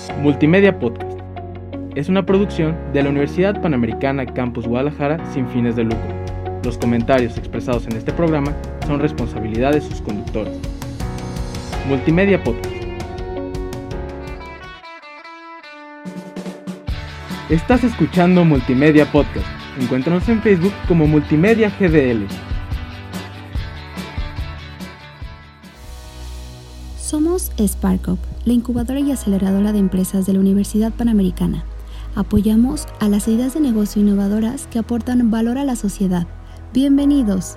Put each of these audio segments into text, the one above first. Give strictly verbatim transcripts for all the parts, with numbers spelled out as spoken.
Multimedia Podcast es una producción de la Universidad Panamericana Campus Guadalajara sin fines de lucro. Los comentarios expresados en este programa son responsabilidad de sus conductores. Multimedia Podcast. Estás escuchando Multimedia Podcast. Encuéntranos en Facebook como Multimedia G D L. Somos SparkUp, la incubadora y aceleradora de empresas de la Universidad Panamericana. Apoyamos a las ideas de negocio innovadoras que aportan valor a la sociedad. ¡Bienvenidos!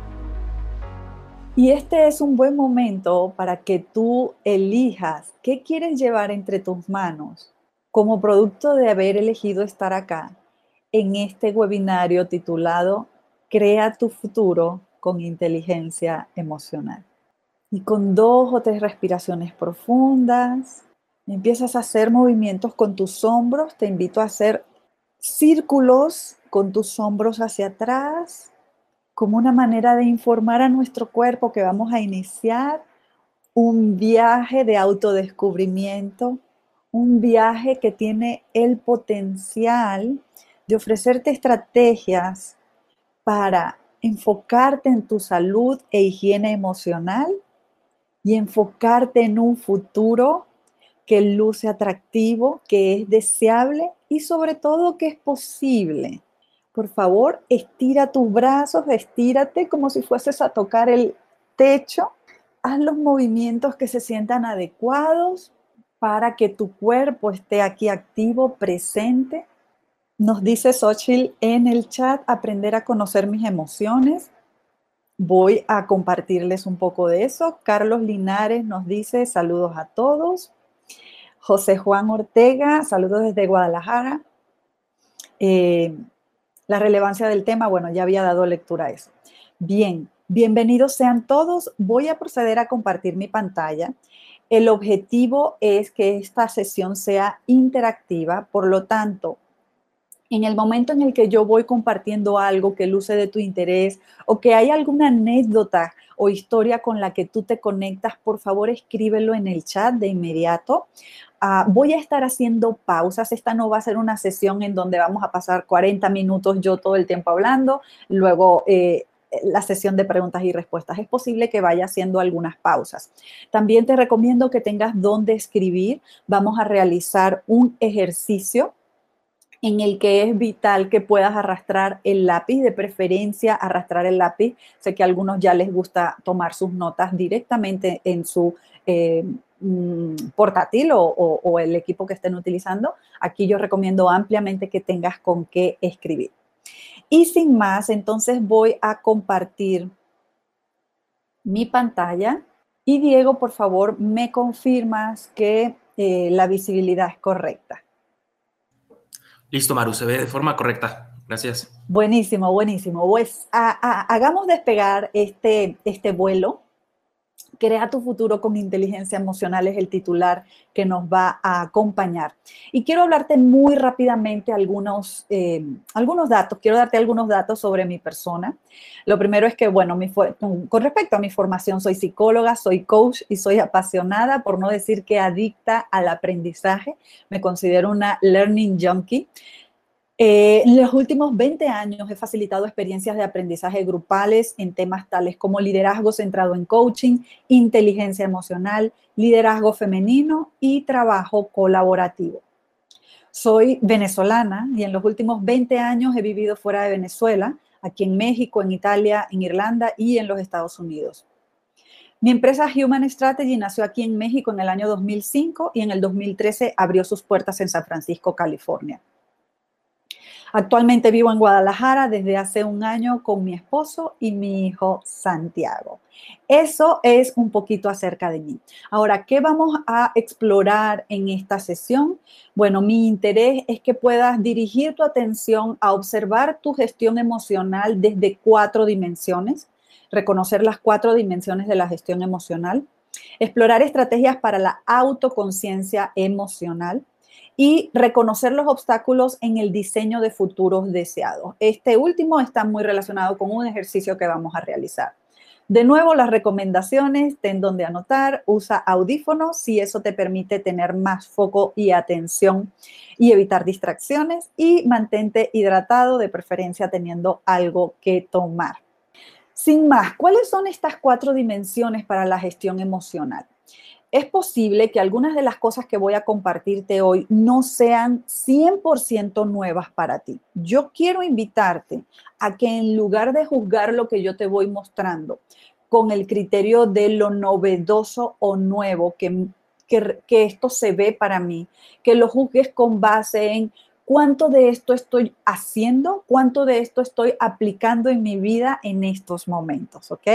Y este es un buen momento para que tú elijas qué quieres llevar entre tus manos como producto de haber elegido estar acá en este webinario titulado Crea tu futuro con inteligencia emocional. Y con dos o tres respiraciones profundas, empiezas a hacer movimientos con tus hombros. Te invito a hacer círculos con tus hombros hacia atrás, como una manera de informar a nuestro cuerpo que vamos a iniciar un viaje de autodescubrimiento, un viaje que tiene el potencial de ofrecerte estrategias para enfocarte en tu salud e higiene emocional y enfocarte en un futuro que luce atractivo, que es deseable y sobre todo que es posible. Por favor, estira tus brazos, estírate como si fueses a tocar el techo. Haz los movimientos que se sientan adecuados para que tu cuerpo esté aquí activo, presente. Nos dice Xochitl en el chat, aprender a conocer mis emociones. Voy a compartirles un poco de eso. Carlos Linares nos dice saludos a todos. José Juan Ortega, saludos desde Guadalajara. Eh, la relevancia del tema, bueno, ya había dado lectura a eso. Bien, bienvenidos sean todos. Voy a proceder a compartir mi pantalla. El objetivo es que esta sesión sea interactiva, por lo tanto, en el momento en el que yo voy compartiendo algo que luce de tu interés o que hay alguna anécdota o historia con la que tú te conectas, por favor escríbelo en el chat de inmediato. Uh, voy a estar haciendo pausas. Esta no va a ser una sesión en donde vamos a pasar cuarenta minutos yo todo el tiempo hablando, luego eh, la sesión de preguntas y respuestas. Es posible que vaya haciendo algunas pausas. También te recomiendo que tengas dónde escribir. Vamos a realizar un ejercicio en el que es vital que puedas arrastrar el lápiz, de preferencia arrastrar el lápiz. Sé que a algunos ya les gusta tomar sus notas directamente en su eh, portátil o, o, o el equipo que estén utilizando. Aquí yo recomiendo ampliamente que tengas con qué escribir. Y sin más, entonces voy a compartir mi pantalla. Y Diego, por favor, me confirmas que eh, la visibilidad es correcta. Listo, Maru, se ve de forma correcta. Gracias. Buenísimo, buenísimo. Pues a, a, hagamos despegar este, este vuelo. Crea tu futuro con inteligencia emocional es el titular que nos va a acompañar. Y quiero hablarte muy rápidamente algunos, eh, algunos datos. Quiero darte algunos datos sobre mi persona. Lo primero es que, bueno, mi, con respecto a mi formación, soy psicóloga, soy coach y soy apasionada, por no decir que adicta al aprendizaje. Me considero una learning junkie. Eh, en los últimos veinte años he facilitado experiencias de aprendizaje grupales en temas tales como liderazgo centrado en coaching, inteligencia emocional, liderazgo femenino y trabajo colaborativo. Soy venezolana y en los últimos veinte años he vivido fuera de Venezuela, aquí en México, en Italia, en Irlanda y en los Estados Unidos. Mi empresa Human Strategy nació aquí en México en el año dos mil cinco y en el dos mil trece abrió sus puertas en San Francisco, California. Actualmente vivo en Guadalajara desde hace un año con mi esposo y mi hijo Santiago. Eso es un poquito acerca de mí. Ahora, ¿qué vamos a explorar en esta sesión? Bueno, mi interés es que puedas dirigir tu atención a observar tu gestión emocional desde cuatro dimensiones, reconocer las cuatro dimensiones de la gestión emocional, explorar estrategias para la autoconciencia emocional, y reconocer los obstáculos en el diseño de futuros deseados. Este último está muy relacionado con un ejercicio que vamos a realizar. De nuevo, las recomendaciones, ten donde anotar, usa audífonos si eso te permite tener más foco y atención y evitar distracciones, y mantente hidratado, de preferencia teniendo algo que tomar. Sin más, ¿cuáles son estas cuatro dimensiones para la gestión emocional? Es posible que algunas de las cosas que voy a compartirte hoy no sean cien por ciento nuevas para ti. Yo quiero invitarte a que en lugar de juzgar lo que yo te voy mostrando con el criterio de lo novedoso o nuevo que, que, que esto se ve para mí, que lo juzgues con base en cuánto de esto estoy haciendo, cuánto de esto estoy aplicando en mi vida en estos momentos, ¿ok?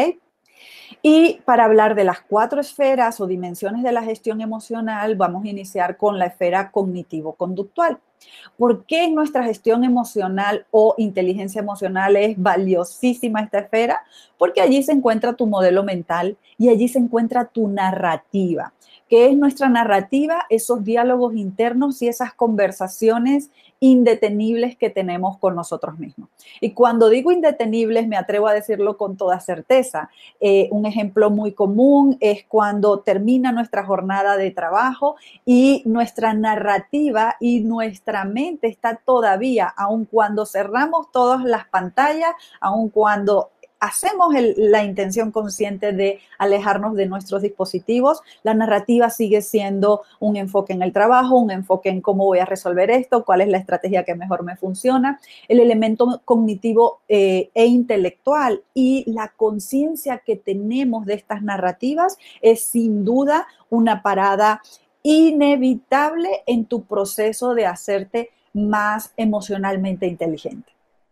Y para hablar de las cuatro esferas o dimensiones de la gestión emocional, vamos a iniciar con la esfera cognitivo-conductual. ¿Por qué en nuestra gestión emocional o inteligencia emocional es valiosísima esta esfera? Porque allí se encuentra tu modelo mental y allí se encuentra tu narrativa. ¿Qué es nuestra narrativa? Esos diálogos internos y esas conversaciones indetenibles que tenemos con nosotros mismos. Y cuando digo indetenibles, me atrevo a decirlo con toda certeza. Eh, un ejemplo muy común es cuando termina nuestra jornada de trabajo y nuestra narrativa y nuestra mente está todavía, aun cuando cerramos todas las pantallas, aun cuando hacemos el, la intención consciente de alejarnos de nuestros dispositivos, la narrativa sigue siendo un enfoque en el trabajo, un enfoque en cómo voy a resolver esto, cuál es la estrategia que mejor me funciona, el elemento cognitivo eh, e intelectual y la conciencia que tenemos de estas narrativas es sin duda una parada inevitable en tu proceso de hacerte más emocionalmente inteligente.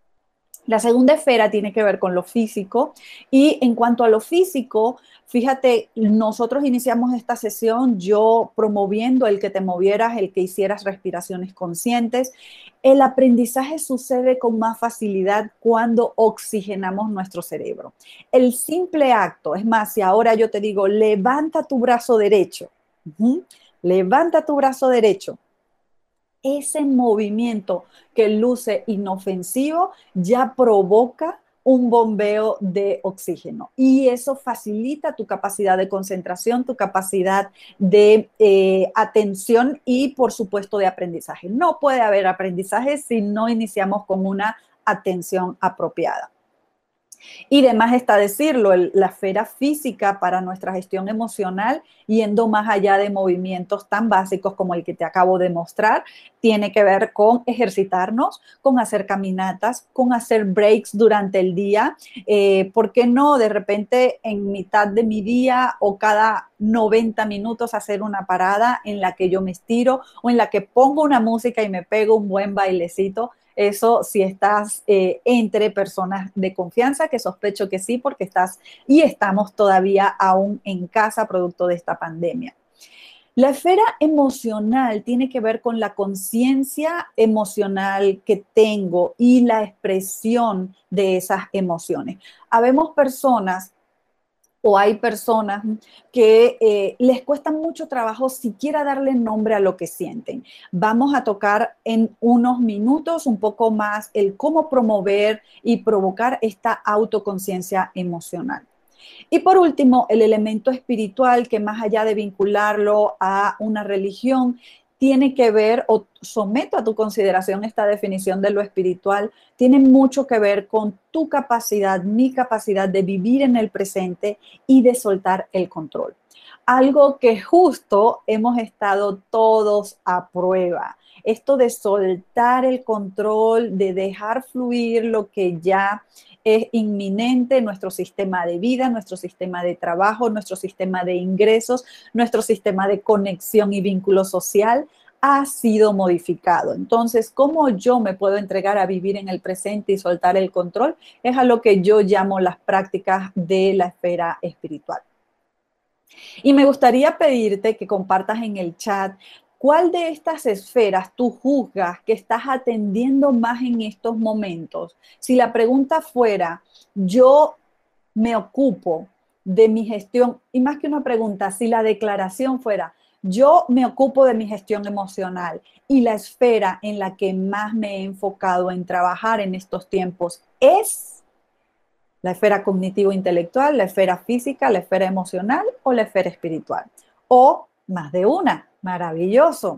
La segunda esfera tiene que ver con lo físico y en cuanto a lo físico, fíjate, nosotros iniciamos esta sesión yo promoviendo el que te movieras, el que hicieras respiraciones conscientes. El aprendizaje sucede con más facilidad cuando oxigenamos nuestro cerebro. El simple acto, es más, si ahora yo te digo, levanta tu brazo derecho, uh-huh, levanta tu brazo derecho. Ese movimiento que luce inofensivo ya provoca un bombeo de oxígeno y eso facilita tu capacidad de concentración, tu capacidad de eh, atención y, por supuesto, de aprendizaje. No puede haber aprendizaje si no iniciamos con una atención apropiada. Y demás está decirlo, el, la esfera física para nuestra gestión emocional, yendo más allá de movimientos tan básicos como el que te acabo de mostrar, tiene que ver con ejercitarnos, con hacer caminatas, con hacer breaks durante el día. Eh, ¿Por qué no de repente en mitad de mi día o cada noventa minutos hacer una parada en la que yo me estiro o en la que pongo una música y me pego un buen bailecito? Eso si estás eh, entre personas de confianza, que sospecho que sí, porque estás y estamos todavía aún en casa producto de esta pandemia. La esfera emocional tiene que ver con la conciencia emocional que tengo y la expresión de esas emociones. Habemos personas o hay personas que eh, les cuesta mucho trabajo siquiera darle nombre a lo que sienten. Vamos a tocar en unos minutos un poco más el cómo promover y provocar esta autoconciencia emocional. Y por último, el elemento espiritual, que más allá de vincularlo a una religión, tiene que ver, o someto a tu consideración esta definición de lo espiritual, tiene mucho que ver con tu capacidad, mi capacidad de vivir en el presente y de soltar el control. Algo que justo hemos estado todos a prueba. Esto de soltar el control, de dejar fluir lo que ya es inminente en nuestro sistema de vida, nuestro sistema de trabajo, nuestro sistema de ingresos, nuestro sistema de conexión y vínculo social ha sido modificado. Entonces, ¿cómo yo me puedo entregar a vivir en el presente y soltar el control? Es a lo que yo llamo las prácticas de la esfera espiritual. Y me gustaría pedirte que compartas en el chat cuál de estas esferas tú juzgas que estás atendiendo más en estos momentos. Si la pregunta fuera, yo me ocupo de mi gestión, y más que una pregunta, si la declaración fuera, yo me ocupo de mi gestión emocional y la esfera en la que más me he enfocado en trabajar en estos tiempos es, La esfera cognitivo-intelectual, la esfera física, la esfera emocional o la esfera espiritual. O más de una. Maravilloso.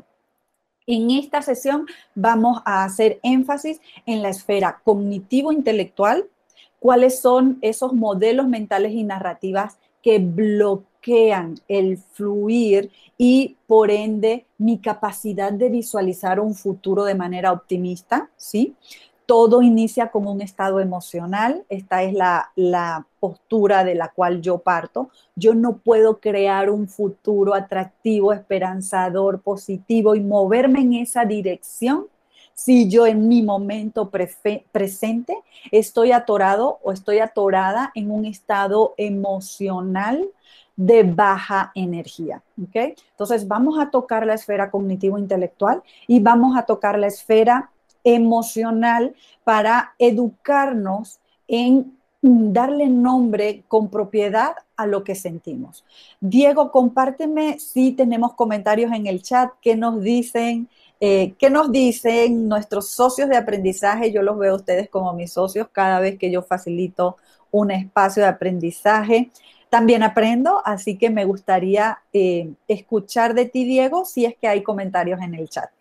En esta sesión vamos a hacer énfasis en la esfera cognitivo-intelectual, cuáles son esos modelos mentales y narrativas que bloquean el fluir y, por ende, mi capacidad de visualizar un futuro de manera optimista, ¿sí? Todo inicia como un estado emocional. Esta es la, la postura de la cual yo parto. Yo no puedo crear un futuro atractivo, esperanzador, positivo y moverme en esa dirección si yo en mi momento presente estoy atorado o estoy atorada en un estado emocional de baja energía. ¿Okay? Entonces vamos a tocar la esfera cognitivo-intelectual y vamos a tocar la esfera emocional para educarnos en darle nombre con propiedad a lo que sentimos. Diego, compárteme si tenemos comentarios en el chat. ¿Qué nos dicen? Eh, ¿Qué nos dicen nuestros socios de aprendizaje? Yo los veo a ustedes como mis socios cada vez que yo facilito un espacio de aprendizaje. También aprendo, así que me gustaría eh, escuchar de ti, Diego, si es que hay comentarios en el chat.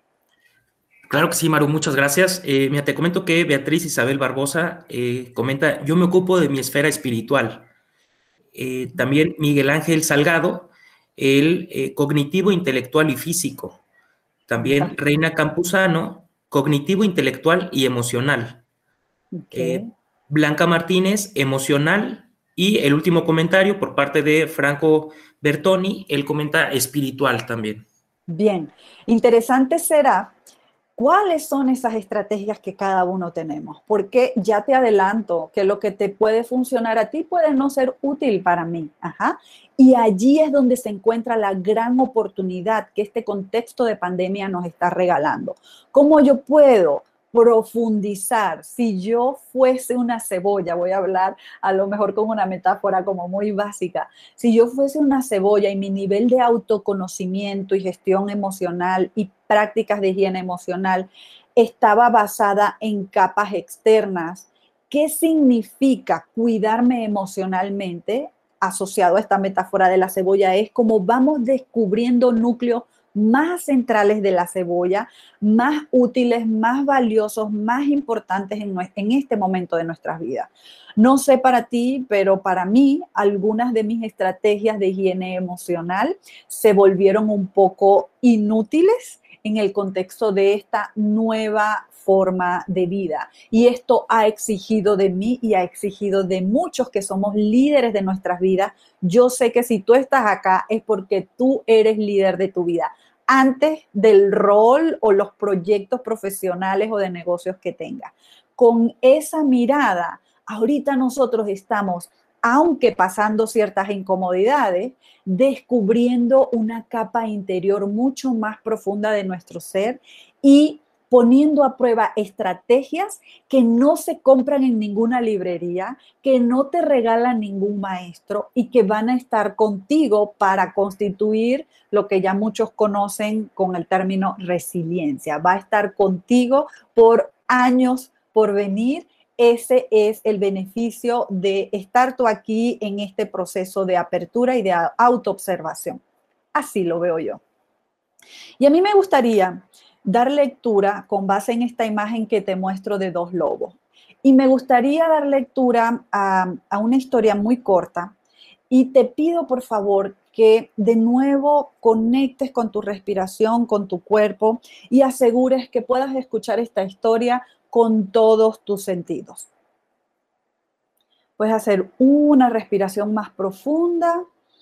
Claro que sí, Maru, muchas gracias. Eh, mira, te comento que Beatriz Isabel Barbosa eh, comenta, yo me ocupo de mi esfera espiritual. Eh, también Miguel Ángel Salgado, el eh, cognitivo, intelectual y físico. También Reina Campuzano, cognitivo, intelectual y emocional. Okay. Eh, Blanca Martínez, emocional. Y el último comentario por parte de Franco Bertoni, él comenta espiritual también. Bien, interesante será cuáles son esas estrategias que cada uno tenemos, porque ya te adelanto que lo que te puede funcionar a ti puede no ser útil para mí. Ajá. Y allí es donde se encuentra la gran oportunidad que este contexto de pandemia nos está regalando. ¿Cómo yo puedo profundizar? Si yo fuese una cebolla, voy a hablar a lo mejor con una metáfora como muy básica, si yo fuese una cebolla y mi nivel de autoconocimiento y gestión emocional y prácticas de higiene emocional estaba basada en capas externas, ¿qué significa cuidarme emocionalmente? Asociado a esta metáfora de la cebolla es como vamos descubriendo núcleos más centrales de la cebolla, más útiles, más valiosos, más importantes en, en este momento de nuestras vidas. No sé para ti, pero para mí algunas de mis estrategias de higiene emocional se volvieron un poco inútiles en el contexto de esta nueva forma de vida. Y esto ha exigido de mí y ha exigido de muchos que somos líderes de nuestras vidas. Yo sé que si tú estás acá es porque tú eres líder de tu vida, antes del rol o los proyectos profesionales o de negocios que tengas. Con esa mirada, ahorita nosotros estamos, aunque pasando ciertas incomodidades, descubriendo una capa interior mucho más profunda de nuestro ser y poniendo a prueba estrategias que no se compran en ninguna librería, que no te regala ningún maestro y que van a estar contigo para constituir lo que ya muchos conocen con el término resiliencia. Va a estar contigo por años por venir. Ese es el beneficio de estar tú aquí en este proceso de apertura y de autoobservación. Así lo veo yo. Y a mí me gustaría dar lectura con base en esta imagen que te muestro de dos lobos. Y me gustaría dar lectura a, a una historia muy corta. Y te pido, por favor, que de nuevo conectes con tu respiración, con tu cuerpo y asegures que puedas escuchar esta historia con todos tus sentidos. Puedes hacer una respiración más profunda.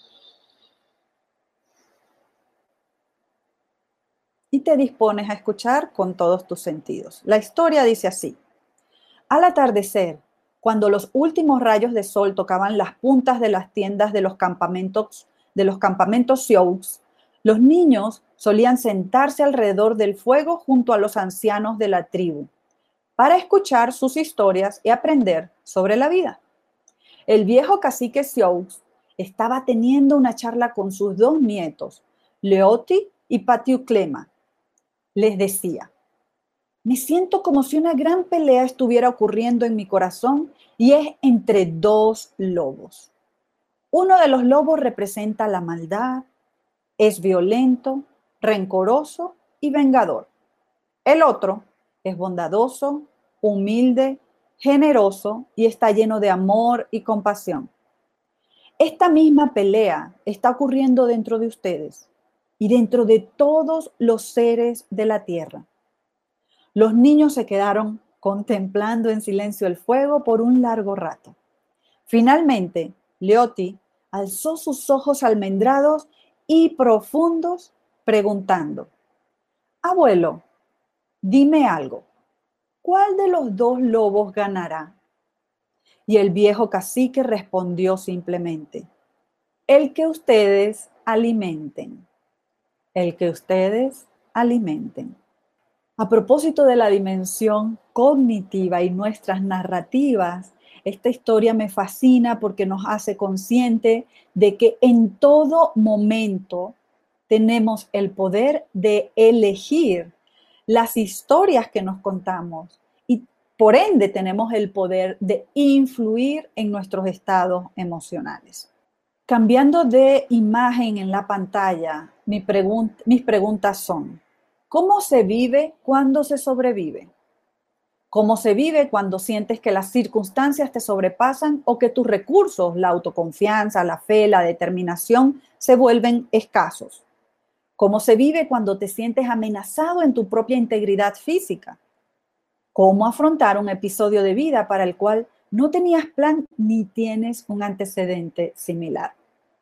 Y te dispones a escuchar con todos tus sentidos. La historia dice así. Al atardecer, cuando los últimos rayos de sol tocaban las puntas de las tiendas de los campamentos, de los campamentos Sioux, los niños solían sentarse alrededor del fuego junto a los ancianos de la tribu para escuchar sus historias y aprender sobre la vida. El viejo cacique Sioux estaba teniendo una charla con sus dos nietos, Leoti y Patiuclema. Les decía, Me siento como si una gran pelea estuviera ocurriendo en mi corazón y es entre dos lobos. Uno de los lobos representa la maldad, es violento, rencoroso y vengador. El otro es bondadoso, humilde, generoso y está lleno de amor y compasión. Esta misma pelea está ocurriendo dentro de ustedes y dentro de todos los seres de la tierra. Los niños se quedaron contemplando en silencio el fuego por un largo rato. Finalmente, Leotti alzó sus ojos almendrados y profundos, preguntando: Abuelo, dime algo, ¿cuál de los dos lobos ganará? Y el viejo cacique respondió simplemente: el que ustedes alimenten, el que ustedes alimenten. A propósito de la dimensión cognitiva y nuestras narrativas, esta historia me fascina porque nos hace consciente de que en todo momento tenemos el poder de elegir las historias que nos contamos y por ende tenemos el poder de influir en nuestros estados emocionales. Cambiando de imagen en la pantalla, mi pregun- mis preguntas son: ¿cómo se vive cuando se sobrevive? ¿Cómo se vive cuando sientes que las circunstancias te sobrepasan o que tus recursos, la autoconfianza, la fe, la determinación, se vuelven escasos? ¿Cómo se vive cuando te sientes amenazado en tu propia integridad física? ¿Cómo afrontar un episodio de vida para el cual no tenías plan ni tienes un antecedente similar?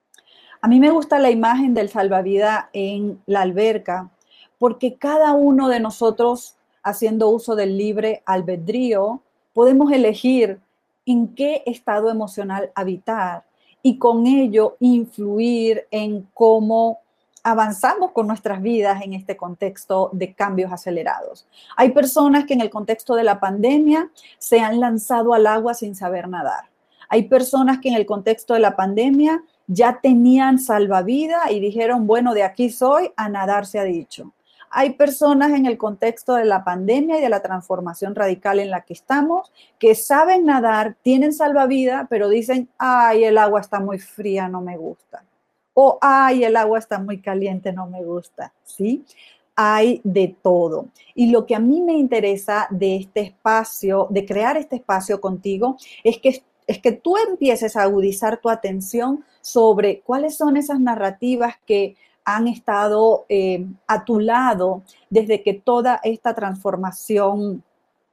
A mí me gusta la imagen del salvavidas en la alberca porque cada uno de nosotros, haciendo uso del libre albedrío, podemos elegir en qué estado emocional habitar y con ello influir en cómo avanzamos con nuestras vidas en este contexto de cambios acelerados. Hay personas que en el contexto de la pandemia se han lanzado al agua sin saber nadar. Hay personas que en el contexto de la pandemia ya tenían salvavidas y dijeron, bueno, de aquí soy, a nadar se ha dicho. Hay personas en el contexto de la pandemia y de la transformación radical en la que estamos que saben nadar, tienen salvavidas, pero dicen, ay, el agua está muy fría, no me gusta. O, ay, el agua está muy caliente, no me gusta, ¿sí? Hay de todo. Y lo que a mí me interesa de este espacio, de crear este espacio contigo, es que, es que tú empieces a agudizar tu atención sobre cuáles son esas narrativas que han estado eh, a tu lado desde que toda esta transformación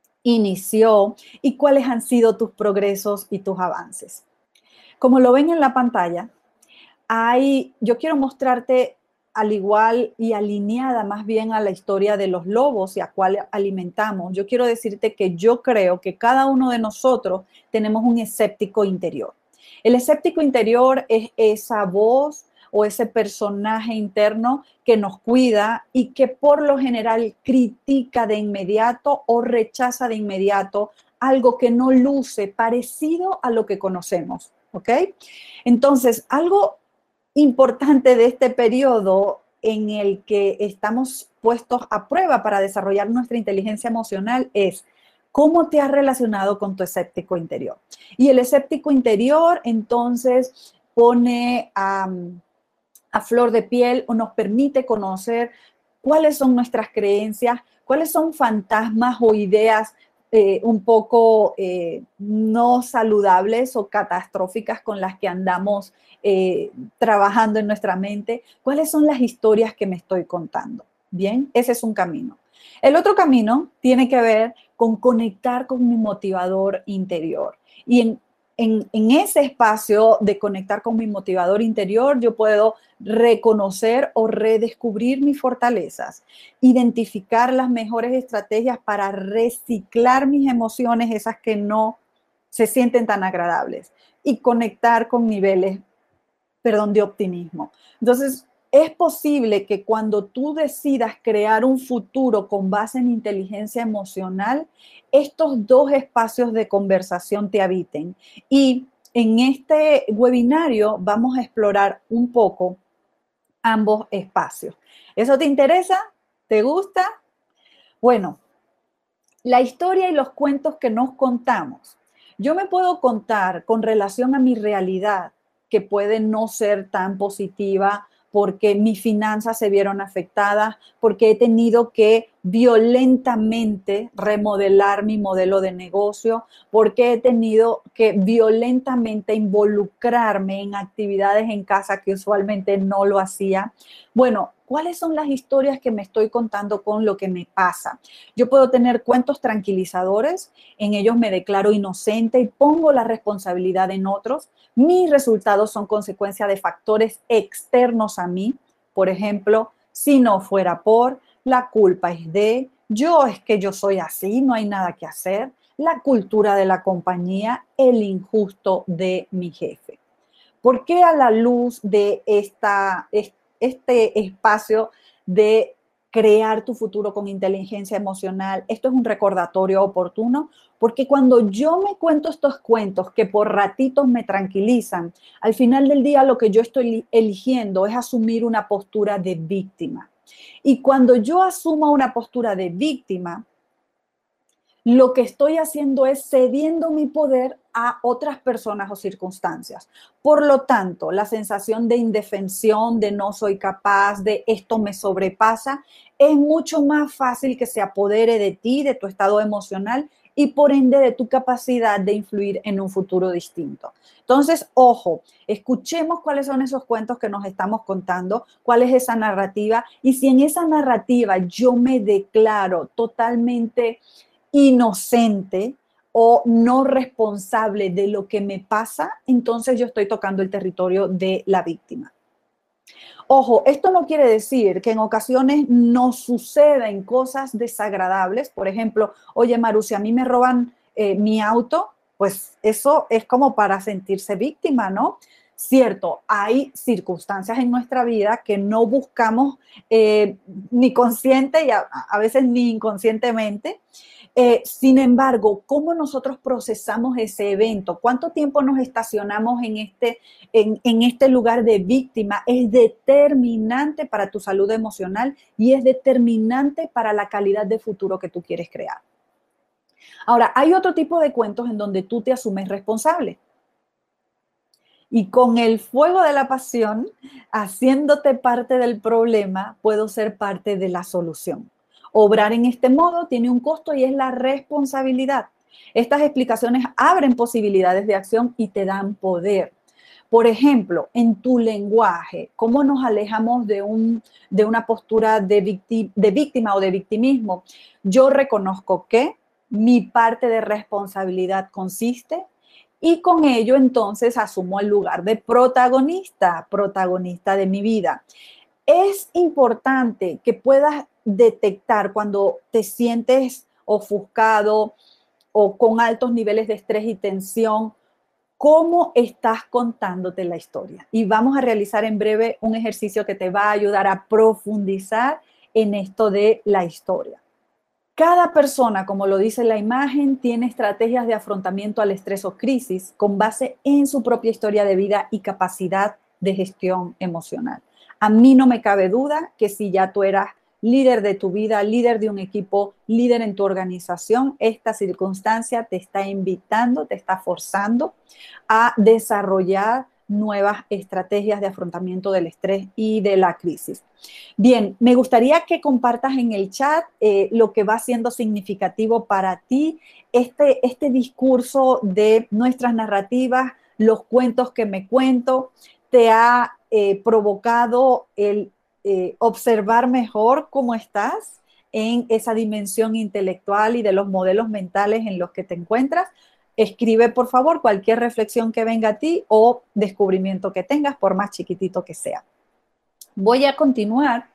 inició y cuáles han sido tus progresos y tus avances. Como lo ven en la pantalla, hay, yo quiero mostrarte al igual y alineada más bien a la historia de los lobos y a cuál alimentamos. Yo quiero decirte que yo creo que cada uno de nosotros tenemos un escéptico interior. El escéptico interior es esa voz o ese personaje interno que nos cuida y que por lo general critica de inmediato o rechaza de inmediato algo que no luce parecido a lo que conocemos, ¿ok? Entonces, algo importante de este periodo en el que estamos puestos a prueba para desarrollar nuestra inteligencia emocional es cómo te has relacionado con tu escéptico interior. Y el escéptico interior entonces pone a, a flor de piel o nos permite conocer cuáles son nuestras creencias, cuáles son fantasmas o ideas Eh, un poco eh, no saludables o catastróficas con las que andamos eh, trabajando en nuestra mente. ¿Cuáles son las historias que me estoy contando? Bien, ese es un camino. El otro camino tiene que ver con conectar con mi motivador interior. Y en En, en ese espacio de conectar con mi motivador interior, yo puedo reconocer o redescubrir mis fortalezas, identificar las mejores estrategias para reciclar mis emociones, esas que no se sienten tan agradables, y conectar con niveles, perdón, de optimismo. Entonces, es posible que cuando tú decidas crear un futuro con base en inteligencia emocional, estos dos espacios de conversación te habiten. Y en este webinario vamos a explorar un poco ambos espacios. ¿Eso te interesa? ¿Te gusta? Bueno, la historia y los cuentos que nos contamos. Yo me puedo contar con relación a mi realidad, que puede no ser tan positiva porque mis finanzas se vieron afectadas, porque he tenido que violentamente remodelar mi modelo de negocio, porque he tenido que violentamente involucrarme en actividades en casa que usualmente no lo hacía. Bueno, ¿cuáles son las historias que me estoy contando con lo que me pasa? Yo puedo tener cuentos tranquilizadores, en ellos me declaro inocente y pongo la responsabilidad en otros. Mis resultados son consecuencia de factores externos a mí. Por ejemplo, si no fuera por, la culpa es de, yo es que yo soy así, no hay nada que hacer, la cultura de la compañía, el injusto de mi jefe. ¿Por qué a la luz de esta, este espacio de crear tu futuro con inteligencia emocional, esto es un recordatorio oportuno? Porque cuando yo me cuento estos cuentos que por ratitos me tranquilizan, al final del día lo que yo estoy eligiendo es asumir una postura de víctima. Y cuando yo asumo una postura de víctima, lo que estoy haciendo es cediendo mi poder a otras personas o circunstancias. Por lo tanto, la sensación de indefensión, de no soy capaz, de esto me sobrepasa, es mucho más fácil que se apodere de ti, de tu estado emocional y por ende de tu capacidad de influir en un futuro distinto. Entonces, ojo, escuchemos cuáles son esos cuentos que nos estamos contando, cuál es esa narrativa y si en esa narrativa yo me declaro totalmente inocente o no responsable de lo que me pasa, entonces yo estoy tocando el territorio de la víctima. Ojo, esto no quiere decir que en ocasiones no suceden cosas desagradables. Por ejemplo, oye, Maru, si a mí me roban eh, mi auto, pues eso es como para sentirse víctima, ¿no? Cierto, hay circunstancias en nuestra vida que no buscamos eh, ni consciente y a, a veces ni inconscientemente. Eh, sin embargo, ¿cómo nosotros procesamos ese evento? ¿Cuánto tiempo nos estacionamos en este, en, en este lugar de víctima? Es determinante para tu salud emocional y es determinante para la calidad de futuro que tú quieres crear. Ahora, hay otro tipo de cuentos en donde tú te asumes responsable. Y con el fuego de la pasión, haciéndote parte del problema, puedo ser parte de la solución. Obrar en este modo tiene un costo y es la responsabilidad. Estas explicaciones abren posibilidades de acción y te dan poder. Por ejemplo, en tu lenguaje, ¿cómo nos alejamos de, un, de una postura de, victi, de víctima o de victimismo? Yo reconozco que mi parte de responsabilidad consiste y con ello entonces asumo el lugar de protagonista, protagonista de mi vida. Es importante que puedas detectar cuando te sientes ofuscado o con altos niveles de estrés y tensión, cómo estás contándote la historia. Y vamos a realizar en breve un ejercicio que te va a ayudar a profundizar en esto de la historia. Cada persona, como lo dice la imagen, tiene estrategias de afrontamiento al estrés o crisis con base en su propia historia de vida y capacidad de gestión emocional. A mí no me cabe duda que si ya tú eras líder de tu vida, líder de un equipo, líder en tu organización, esta circunstancia te está invitando, te está forzando a desarrollar nuevas estrategias de afrontamiento del estrés y de la crisis. Bien, me gustaría que compartas en el chat eh, lo que va siendo significativo para ti, este, este discurso de nuestras narrativas, los cuentos que me cuento, te ha eh, provocado el eh, observar mejor cómo estás en esa dimensión intelectual y de los modelos mentales en los que te encuentras. Escribe, por favor, cualquier reflexión que venga a ti o descubrimiento que tengas, por más chiquitito que sea. Voy a continuar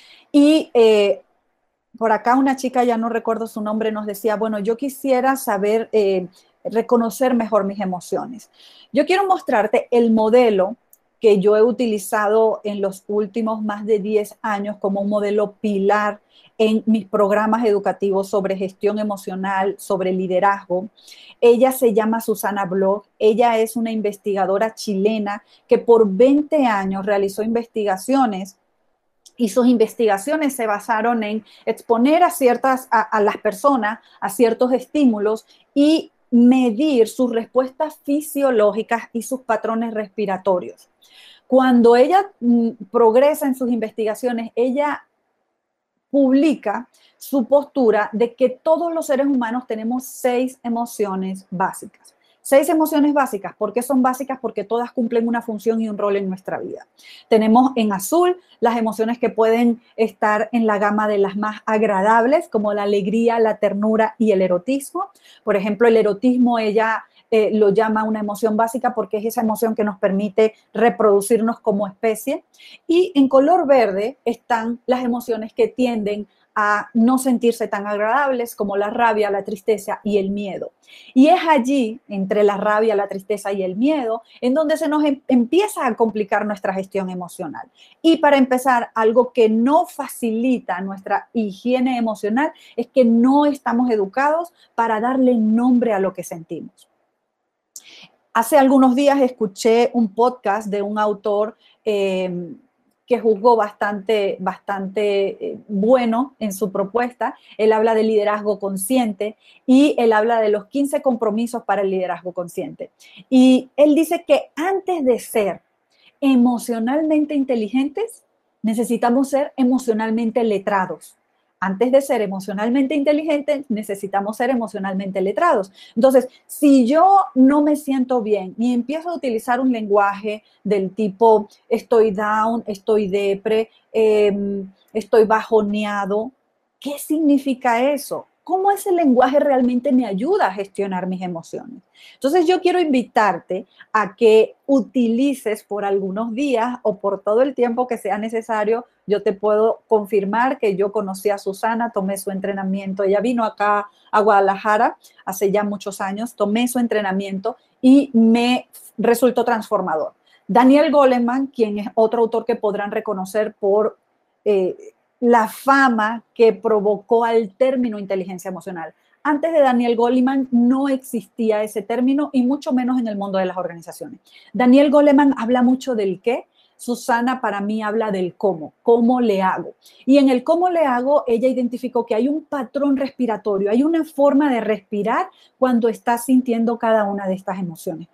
y eh, por acá una chica, ya no recuerdo su nombre, nos decía, bueno, yo quisiera saber, eh, reconocer mejor mis emociones. Yo quiero mostrarte el modelo que yo he utilizado en los últimos más de diez años como un modelo pilar en mis programas educativos sobre gestión emocional, sobre liderazgo. Ella se llama Susana Bloch. Ella es una investigadora chilena que por veinte años realizó investigaciones y sus investigaciones se basaron en exponer a, ciertas, a, a las personas a ciertos estímulos y medir sus respuestas fisiológicas y sus patrones respiratorios. Cuando ella mm, progresa en sus investigaciones, ella publica su postura de que todos los seres humanos tenemos seis emociones básicas. Seis emociones básicas. ¿Por qué son básicas? Porque todas cumplen una función y un rol en nuestra vida. Tenemos en azul las emociones que pueden estar en la gama de las más agradables, como la alegría, la ternura y el erotismo. Por ejemplo, el erotismo ella eh, lo llama una emoción básica porque es esa emoción que nos permite reproducirnos como especie. Y en color verde están las emociones que tienden a no sentirse tan agradables, como la rabia, la tristeza y el miedo. Y es allí, entre la rabia, la tristeza y el miedo, en donde se nos em- empieza a complicar nuestra gestión emocional. Y para empezar, algo que no facilita nuestra higiene emocional es que no estamos educados para darle nombre a lo que sentimos. Hace algunos días escuché un podcast de un autor eh, que juzgó bastante, bastante eh, bueno en su propuesta. Él habla de liderazgo consciente y él habla de los quince compromisos para el liderazgo consciente. Y él dice que antes de ser emocionalmente inteligentes, necesitamos ser emocionalmente letrados. Antes de ser emocionalmente inteligentes, necesitamos ser emocionalmente letrados. Entonces, si yo no me siento bien y empiezo a utilizar un lenguaje del tipo estoy down, estoy depre, eh, estoy bajoneado, ¿qué significa eso? ¿Cómo ese lenguaje realmente me ayuda a gestionar mis emociones? Entonces, yo quiero invitarte a que utilices por algunos días o por todo el tiempo que sea necesario. Yo te puedo confirmar que yo conocí a Susana, tomé su entrenamiento. Ella vino acá a Guadalajara hace ya muchos años, tomé su entrenamiento y me resultó transformador. Daniel Goleman, quien es otro autor que podrán reconocer por eh, la fama que provocó al término inteligencia emocional. Antes de Daniel Goleman no existía ese término y mucho menos en el mundo de las organizaciones. Daniel Goleman habla mucho del qué. Susana para mí habla del cómo, cómo le hago. Y en el cómo le hago, ella identificó que hay un patrón respiratorio, hay una forma de respirar cuando estás sintiendo cada una de estas emociones.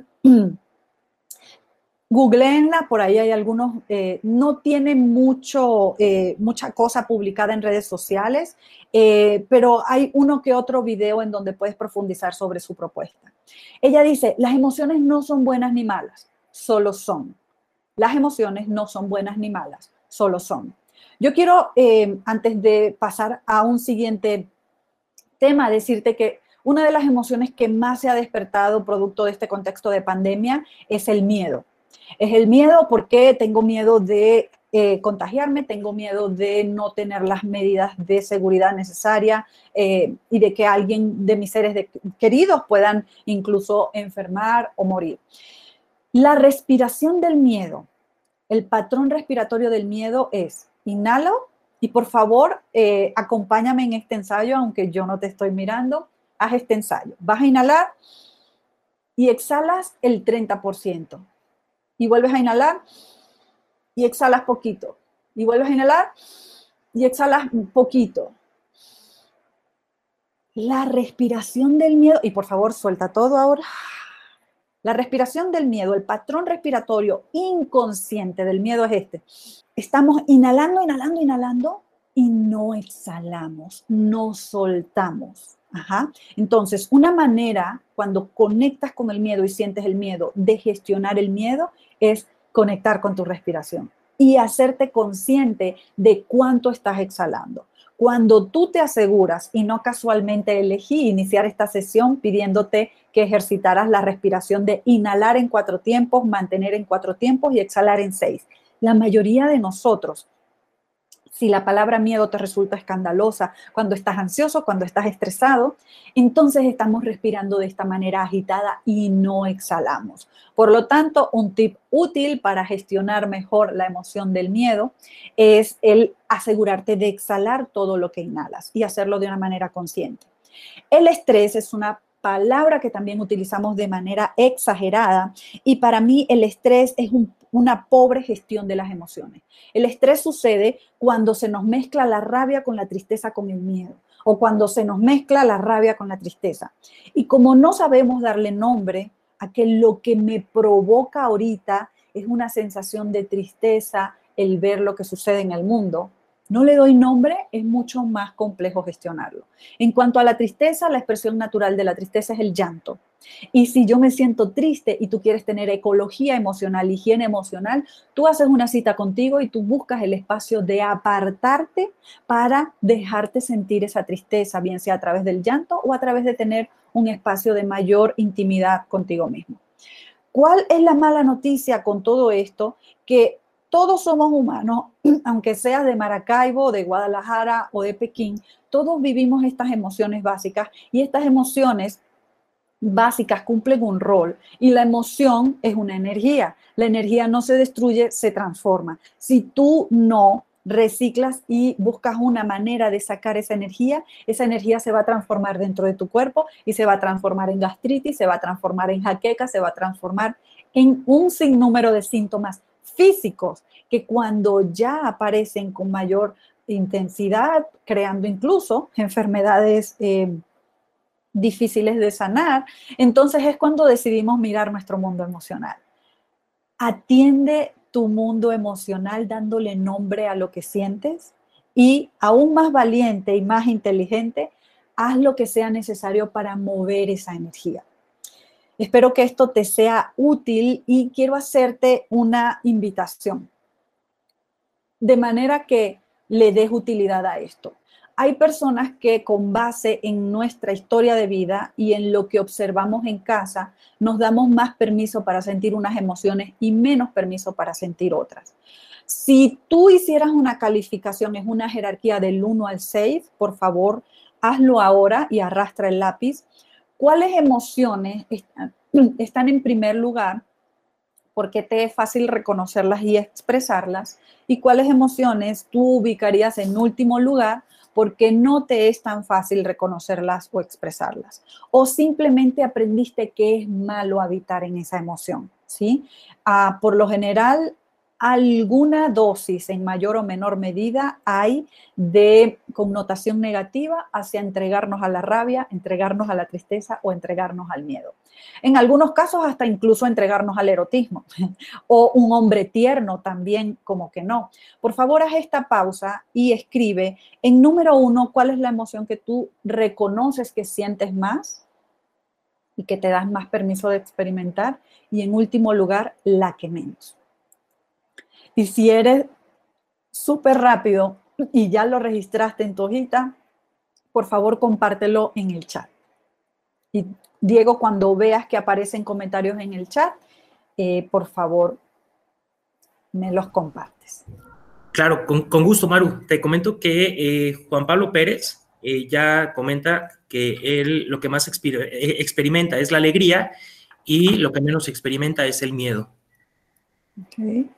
Googleenla, por ahí hay algunos, eh, no tiene mucho, eh, mucha cosa publicada en redes sociales, eh, pero hay uno que otro video en donde puedes profundizar sobre su propuesta. Ella dice, las emociones no son buenas ni malas, solo son. Las emociones no son buenas ni malas, solo son. Yo quiero, eh, antes de pasar a un siguiente tema, decirte que una de las emociones que más se ha despertado producto de este contexto de pandemia es el miedo. Es el miedo porque tengo miedo de eh, contagiarme, tengo miedo de no tener las medidas de seguridad necesarias eh, y de que alguien de mis seres de, queridos puedan incluso enfermar o morir. La respiración del miedo, el patrón respiratorio del miedo es inhalo y por favor eh, acompáñame en este ensayo, aunque yo no te estoy mirando, haz este ensayo. Vas a inhalar y exhalas el treinta por ciento. Y vuelves a inhalar y exhalas poquito. Y vuelves a inhalar y exhalas poquito. La respiración del miedo, y por favor suelta todo ahora. La respiración del miedo, el patrón respiratorio inconsciente del miedo es este. Estamos inhalando, inhalando, inhalando y no exhalamos, no soltamos. Ajá. Entonces, una manera cuando conectas con el miedo y sientes el miedo de gestionar el miedo es conectar con tu respiración y hacerte consciente de cuánto estás exhalando. Cuando tú te aseguras, y no casualmente elegí iniciar esta sesión pidiéndote que ejercitaras la respiración de inhalar en cuatro tiempos, mantener en cuatro tiempos y exhalar en seis. La mayoría de nosotros, si la palabra miedo te resulta escandalosa, cuando estás ansioso, cuando estás estresado, entonces estamos respirando de esta manera agitada y no exhalamos. Por lo tanto, un tip útil para gestionar mejor la emoción del miedo es el asegurarte de exhalar todo lo que inhalas y hacerlo de una manera consciente. El estrés es una palabra que también utilizamos de manera exagerada. Y para mí el estrés es un, una pobre gestión de las emociones. El estrés sucede cuando se nos mezcla la rabia con la tristeza, con el miedo, o cuando se nos mezcla la rabia con la tristeza. Y como no sabemos darle nombre a que lo que me provoca ahorita es una sensación de tristeza, el ver lo que sucede en el mundo, no le doy nombre, es mucho más complejo gestionarlo. En cuanto a la tristeza, la expresión natural de la tristeza es el llanto. Y si yo me siento triste y tú quieres tener ecología emocional, higiene emocional, tú haces una cita contigo y tú buscas el espacio de apartarte para dejarte sentir esa tristeza, bien sea a través del llanto o a través de tener un espacio de mayor intimidad contigo mismo. ¿Cuál es la mala noticia con todo esto? Que todos somos humanos, aunque seas de Maracaibo, de Guadalajara o de Pekín, todos vivimos estas emociones básicas y estas emociones básicas cumplen un rol y la emoción es una energía. La energía no se destruye, se transforma. Si tú no reciclas y buscas una manera de sacar esa energía, esa energía se va a transformar dentro de tu cuerpo y se va a transformar en gastritis, se va a transformar en jaqueca, se va a transformar en un sinnúmero de síntomas físicos que cuando ya aparecen con mayor intensidad, creando incluso enfermedades eh, difíciles de sanar, entonces es cuando decidimos mirar nuestro mundo emocional. Atiende tu mundo emocional dándole nombre a lo que sientes y aún más valiente y más inteligente, haz lo que sea necesario para mover esa energía. Espero que esto te sea útil y quiero hacerte una invitación de manera que le des utilidad a esto. Hay personas que con base en nuestra historia de vida y en lo que observamos en casa, nos damos más permiso para sentir unas emociones y menos permiso para sentir otras. Si tú hicieras una calificación, es una jerarquía del uno al seis, por favor, hazlo ahora y arrastra el lápiz. ¿Cuáles emociones están, están en primer lugar? Porque te es fácil reconocerlas y expresarlas. ¿Y cuáles emociones tú ubicarías en último lugar? Porque no te es tan fácil reconocerlas o expresarlas. O simplemente aprendiste que es malo habitar en esa emoción, ¿sí? Ah, por lo general, alguna dosis en mayor o menor medida hay de connotación negativa hacia entregarnos a la rabia, entregarnos a la tristeza o entregarnos al miedo. En algunos casos hasta incluso entregarnos al erotismo o un hombre tierno también, como que no. Por favor, haz esta pausa y escribe en número uno cuál es la emoción que tú reconoces que sientes más y que te das más permiso de experimentar y en último lugar, la que menos. Y si eres súper rápido y ya lo registraste en tu hojita, por favor compártelo en el chat. Y Diego, cuando veas que aparecen comentarios en el chat, eh, por favor, me los compartes. Claro, con, con gusto, Maru. Te comento que eh, Juan Pablo Pérez eh, ya comenta que él lo que más exper experimenta es la alegría y lo que menos experimenta es el miedo. Okay.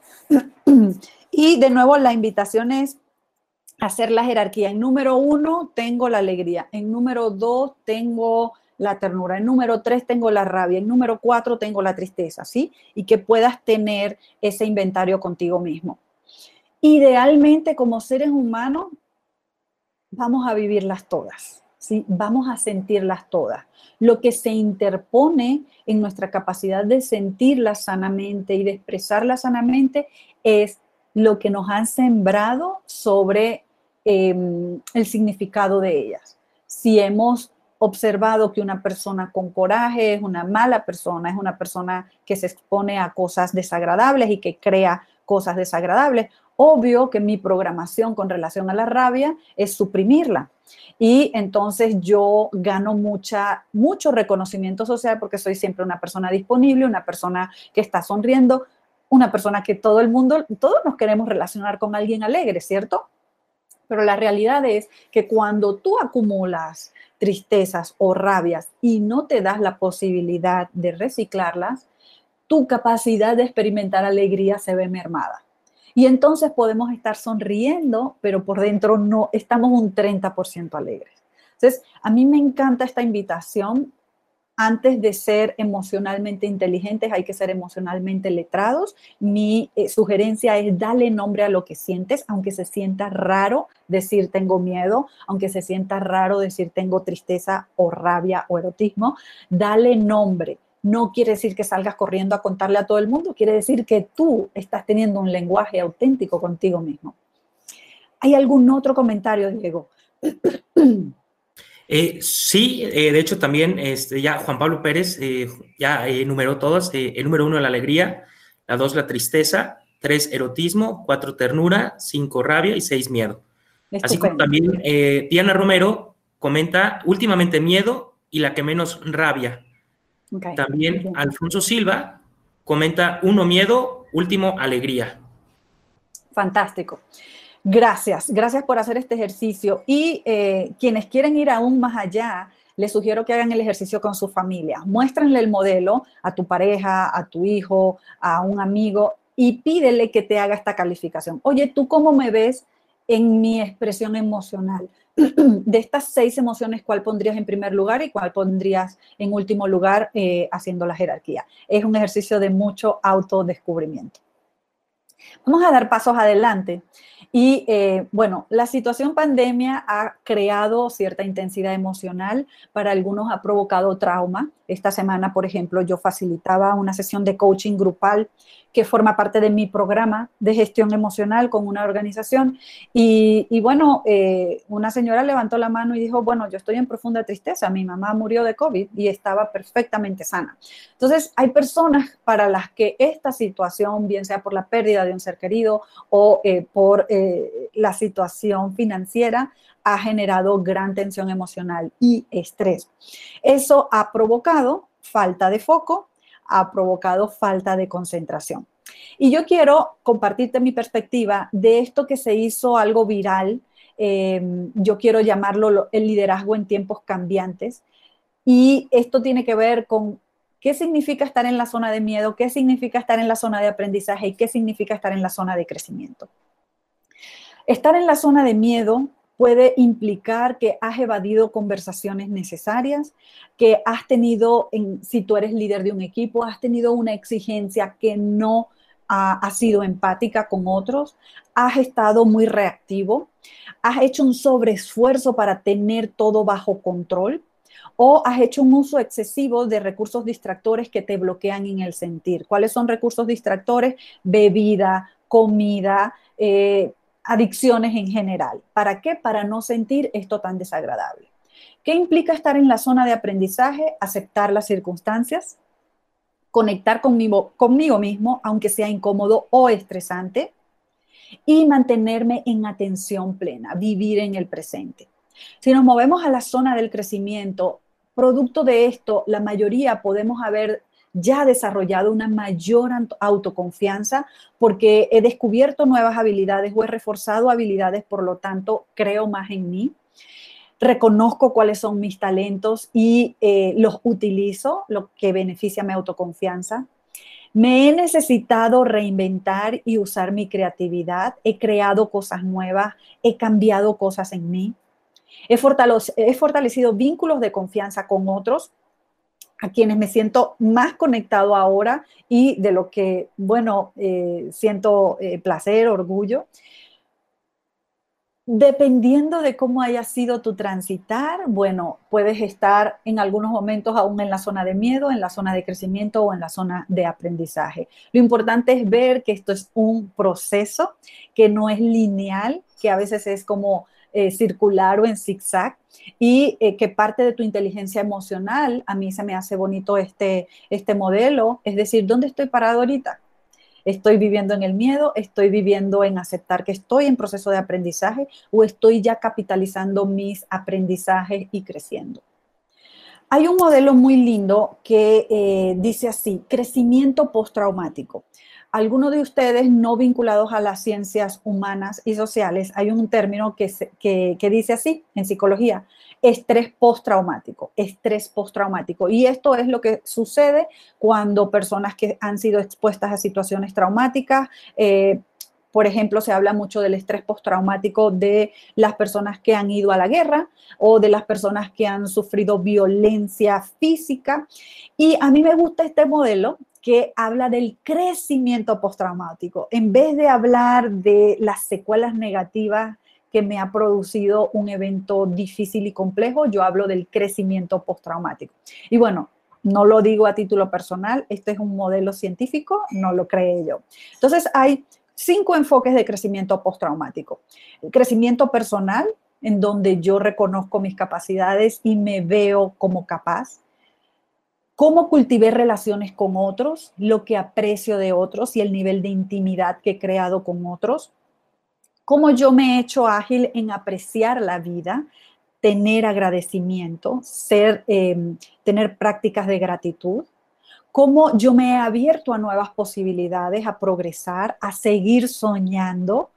Y de nuevo la invitación es hacer la jerarquía. En número uno tengo la alegría, en número dos tengo la ternura, en número tres tengo la rabia, en número cuatro tengo la tristeza, ¿sí? Y que puedas tener ese inventario contigo mismo. Idealmente, como seres humanos, vamos a vivirlas todas, ¿sí? Vamos a sentirlas todas. Lo que se interpone en nuestra capacidad de sentirlas sanamente y de expresarlas sanamente es lo que nos han sembrado sobre eh, el significado de ellas. Si hemos observado que una persona con coraje es una mala persona, es una persona que se expone a cosas desagradables y que crea cosas desagradables, obvio que mi programación con relación a la rabia es suprimirla. Y entonces yo gano mucha, mucho reconocimiento social porque soy siempre una persona disponible, una persona que está sonriendo, una persona que todo el mundo, todos nos queremos relacionar con alguien alegre, ¿cierto? Pero la realidad es que cuando tú acumulas tristezas o rabias y no te das la posibilidad de reciclarlas, tu capacidad de experimentar alegría se ve mermada. Y entonces podemos estar sonriendo, pero por dentro no estamos un treinta por ciento alegres. Entonces, a mí me encanta esta invitación antes de ser emocionalmente inteligentes, hay que ser emocionalmente letrados. Mi eh, sugerencia es darle nombre a lo que sientes, aunque se sienta raro decir tengo miedo, aunque se sienta raro decir tengo tristeza o rabia o erotismo, dale nombre. No quiere decir que salgas corriendo a contarle a todo el mundo, quiere decir que tú estás teniendo un lenguaje auténtico contigo mismo. ¿Hay algún otro comentario, Diego? Eh, sí, eh, de hecho también este, ya Juan Pablo Pérez eh, ya eh, enumeró todas. Eh, el número uno, la alegría; la dos, la tristeza; tres, erotismo; cuatro, ternura; cinco, rabia; y seis, miedo. Estupendo. Así como también eh, Diana Romero comenta últimamente miedo y la que menos, rabia. Okay. También Bien. Alfonso Silva comenta uno, miedo; último, alegría. Fantástico. Gracias, gracias por hacer este ejercicio. Y eh, quienes quieren ir aún más allá, les sugiero que hagan el ejercicio con su familia. Muéstrenle el modelo a tu pareja, a tu hijo, a un amigo y pídele que te haga esta calificación. Oye, ¿tú cómo me ves en mi expresión emocional? De estas seis emociones, ¿cuál pondrías en primer lugar y cuál pondrías en último lugar eh, haciendo la jerarquía? Es un ejercicio de mucho autodescubrimiento. Vamos a dar pasos adelante. Y eh, bueno, la situación pandemia ha creado cierta intensidad emocional, para algunos ha provocado trauma. Esta semana, por ejemplo, yo facilitaba una sesión de coaching grupal que forma parte de mi programa de gestión emocional con una organización. Y, y bueno, eh, una señora levantó la mano y dijo, bueno, yo estoy en profunda tristeza, mi mamá murió de COVID y estaba perfectamente sana. Entonces, hay personas para las que esta situación, bien sea por la pérdida de un ser querido o eh, por eh, la situación financiera, ha generado gran tensión emocional y estrés. Eso ha provocado falta de foco, ha provocado falta de concentración. Y yo quiero compartirte mi perspectiva de esto que se hizo algo viral. Eh, yo quiero llamarlo el liderazgo en tiempos cambiantes. Y esto tiene que ver con qué significa estar en la zona de miedo, qué significa estar en la zona de aprendizaje y qué significa estar en la zona de crecimiento. Estar en la zona de miedo puede implicar que has evadido conversaciones necesarias, que has tenido, en, si tú eres líder de un equipo, has tenido una exigencia que no ha, ha sido empática con otros, has estado muy reactivo, has hecho un sobreesfuerzo para tener todo bajo control, o has hecho un uso excesivo de recursos distractores que te bloquean en el sentir. ¿Cuáles son recursos distractores? Bebida, comida, eh, adicciones en general. ¿Para qué? Para no sentir esto tan desagradable. ¿Qué implica estar en la zona de aprendizaje? Aceptar las circunstancias, conectar conmigo, conmigo mismo, aunque sea incómodo o estresante, y mantenerme en atención plena, vivir en el presente. Si nos movemos a la zona del crecimiento, producto de esto, la mayoría podemos haber ya desarrollado una mayor autoconfianza porque he descubierto nuevas habilidades o he reforzado habilidades, por lo tanto, creo más en mí. Reconozco cuáles son mis talentos y eh, los utilizo, lo que beneficia mi autoconfianza. Me he necesitado reinventar y usar mi creatividad. He creado cosas nuevas, he cambiado cosas en mí. He fortalecido, he fortalecido vínculos de confianza con otros, a quienes me siento más conectado ahora y de lo que, bueno, eh, siento eh, placer, orgullo. Dependiendo de cómo haya sido tu transitar, bueno, puedes estar en algunos momentos aún en la zona de miedo, en la zona de crecimiento o en la zona de aprendizaje. Lo importante es ver que esto es un proceso, que no es lineal, que a veces es como eh, circular o en zigzag, y eh, que parte de tu inteligencia emocional, a mí se me hace bonito este, este modelo, es decir, ¿dónde estoy parado ahorita? ¿Estoy viviendo en el miedo? ¿Estoy viviendo en aceptar que estoy en proceso de aprendizaje? ¿O estoy ya capitalizando mis aprendizajes y creciendo? Hay un modelo muy lindo que eh, dice así, crecimiento postraumático. Algunos de ustedes no vinculados a las ciencias humanas y sociales, hay un término que, se, que, que dice así en psicología, estrés postraumático, estrés postraumático. Y esto es lo que sucede cuando personas que han sido expuestas a situaciones traumáticas eh, Por ejemplo, se habla mucho del estrés postraumático de las personas que han ido a la guerra o de las personas que han sufrido violencia física. Y a mí me gusta este modelo que habla del crecimiento postraumático. En vez de hablar de las secuelas negativas que me ha producido un evento difícil y complejo, yo hablo del crecimiento postraumático. Y bueno, no lo digo a título personal, este es un modelo científico, no lo creé yo. Entonces hay cinco enfoques de crecimiento postraumático. El crecimiento personal, en donde yo reconozco mis capacidades y me veo como capaz. Cómo cultivé relaciones con otros, lo que aprecio de otros y el nivel de intimidad que he creado con otros. Cómo yo me he hecho ágil en apreciar la vida, tener agradecimiento, ser, eh, tener prácticas de gratitud. Cómo yo me he abierto a nuevas posibilidades, a progresar, a seguir soñando.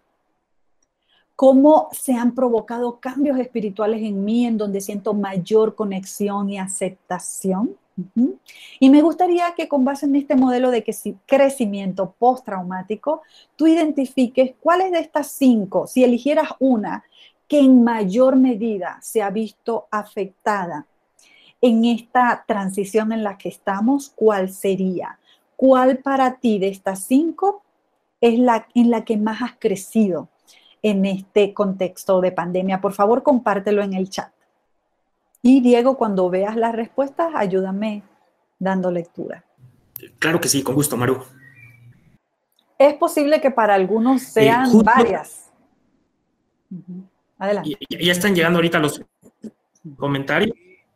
Cómo se han provocado cambios espirituales en mí en donde siento mayor conexión y aceptación. Uh-huh. Y me gustaría que con base en este modelo de crecimiento postraumático, tú identifiques cuáles de estas cinco, si eligieras una, que en mayor medida se ha visto afectada en esta transición en la que estamos, ¿cuál sería? ¿Cuál para ti de estas cinco es la en la que más has crecido en este contexto de pandemia? Por favor, compártelo en el chat. Y Diego, cuando veas las respuestas, ayúdame dando lectura. Claro que sí, con gusto, Maru. Es posible que para algunos sean eh, justo, varias. Uh-huh. Adelante. Ya, ya están llegando ahorita los comentarios.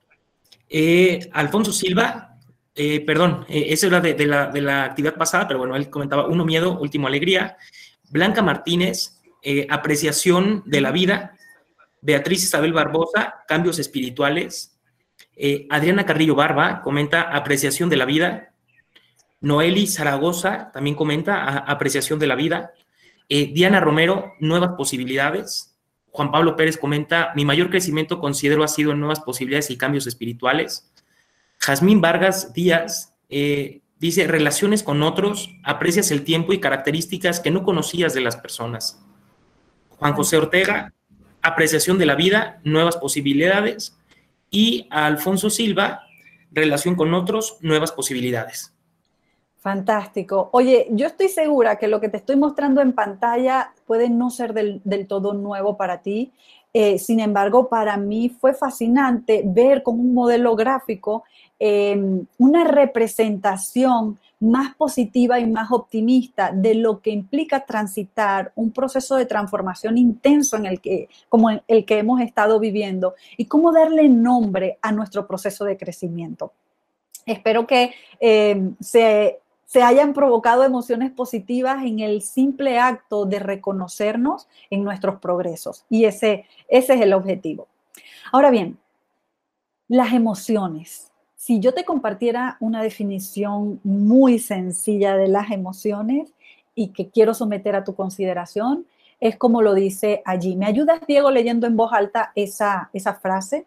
Eh, Alfonso Silva, eh, perdón, eh, esa era de, de, la, de la actividad pasada, pero bueno, él comentaba uno miedo, último alegría. Blanca Martínez, eh, apreciación de la vida. Beatriz Isabel Barbosa, cambios espirituales. Eh, Adriana Carrillo Barba comenta apreciación de la vida. Noeli Zaragoza también comenta a, apreciación de la vida. Eh, Diana Romero, nuevas posibilidades. Juan Pablo Pérez comenta, mi mayor crecimiento considero ha sido en nuevas posibilidades y cambios espirituales. Jazmín Vargas Díaz eh, dice, relaciones con otros, aprecias el tiempo y características que no conocías de las personas. Juan José Ortega, apreciación de la vida, nuevas posibilidades. Y a Alfonso Silva, relación con otros, nuevas posibilidades. Fantástico. Oye, yo estoy segura que lo que te estoy mostrando en pantalla puede no ser del, del todo nuevo para ti. Eh, sin embargo, para mí fue fascinante ver como un modelo gráfico eh, una representación más positiva y más optimista de lo que implica transitar un proceso de transformación intenso en el que, como el que hemos estado viviendo y cómo darle nombre a nuestro proceso de crecimiento. Espero que eh, se... se hayan provocado emociones positivas en el simple acto de reconocernos en nuestros progresos. Y ese, ese es el objetivo. Ahora bien, las emociones. Si yo te compartiera una definición muy sencilla de las emociones y que quiero someter a tu consideración, es como lo dice allí. ¿Me ayudas, Diego, leyendo en voz alta esa, esa frase?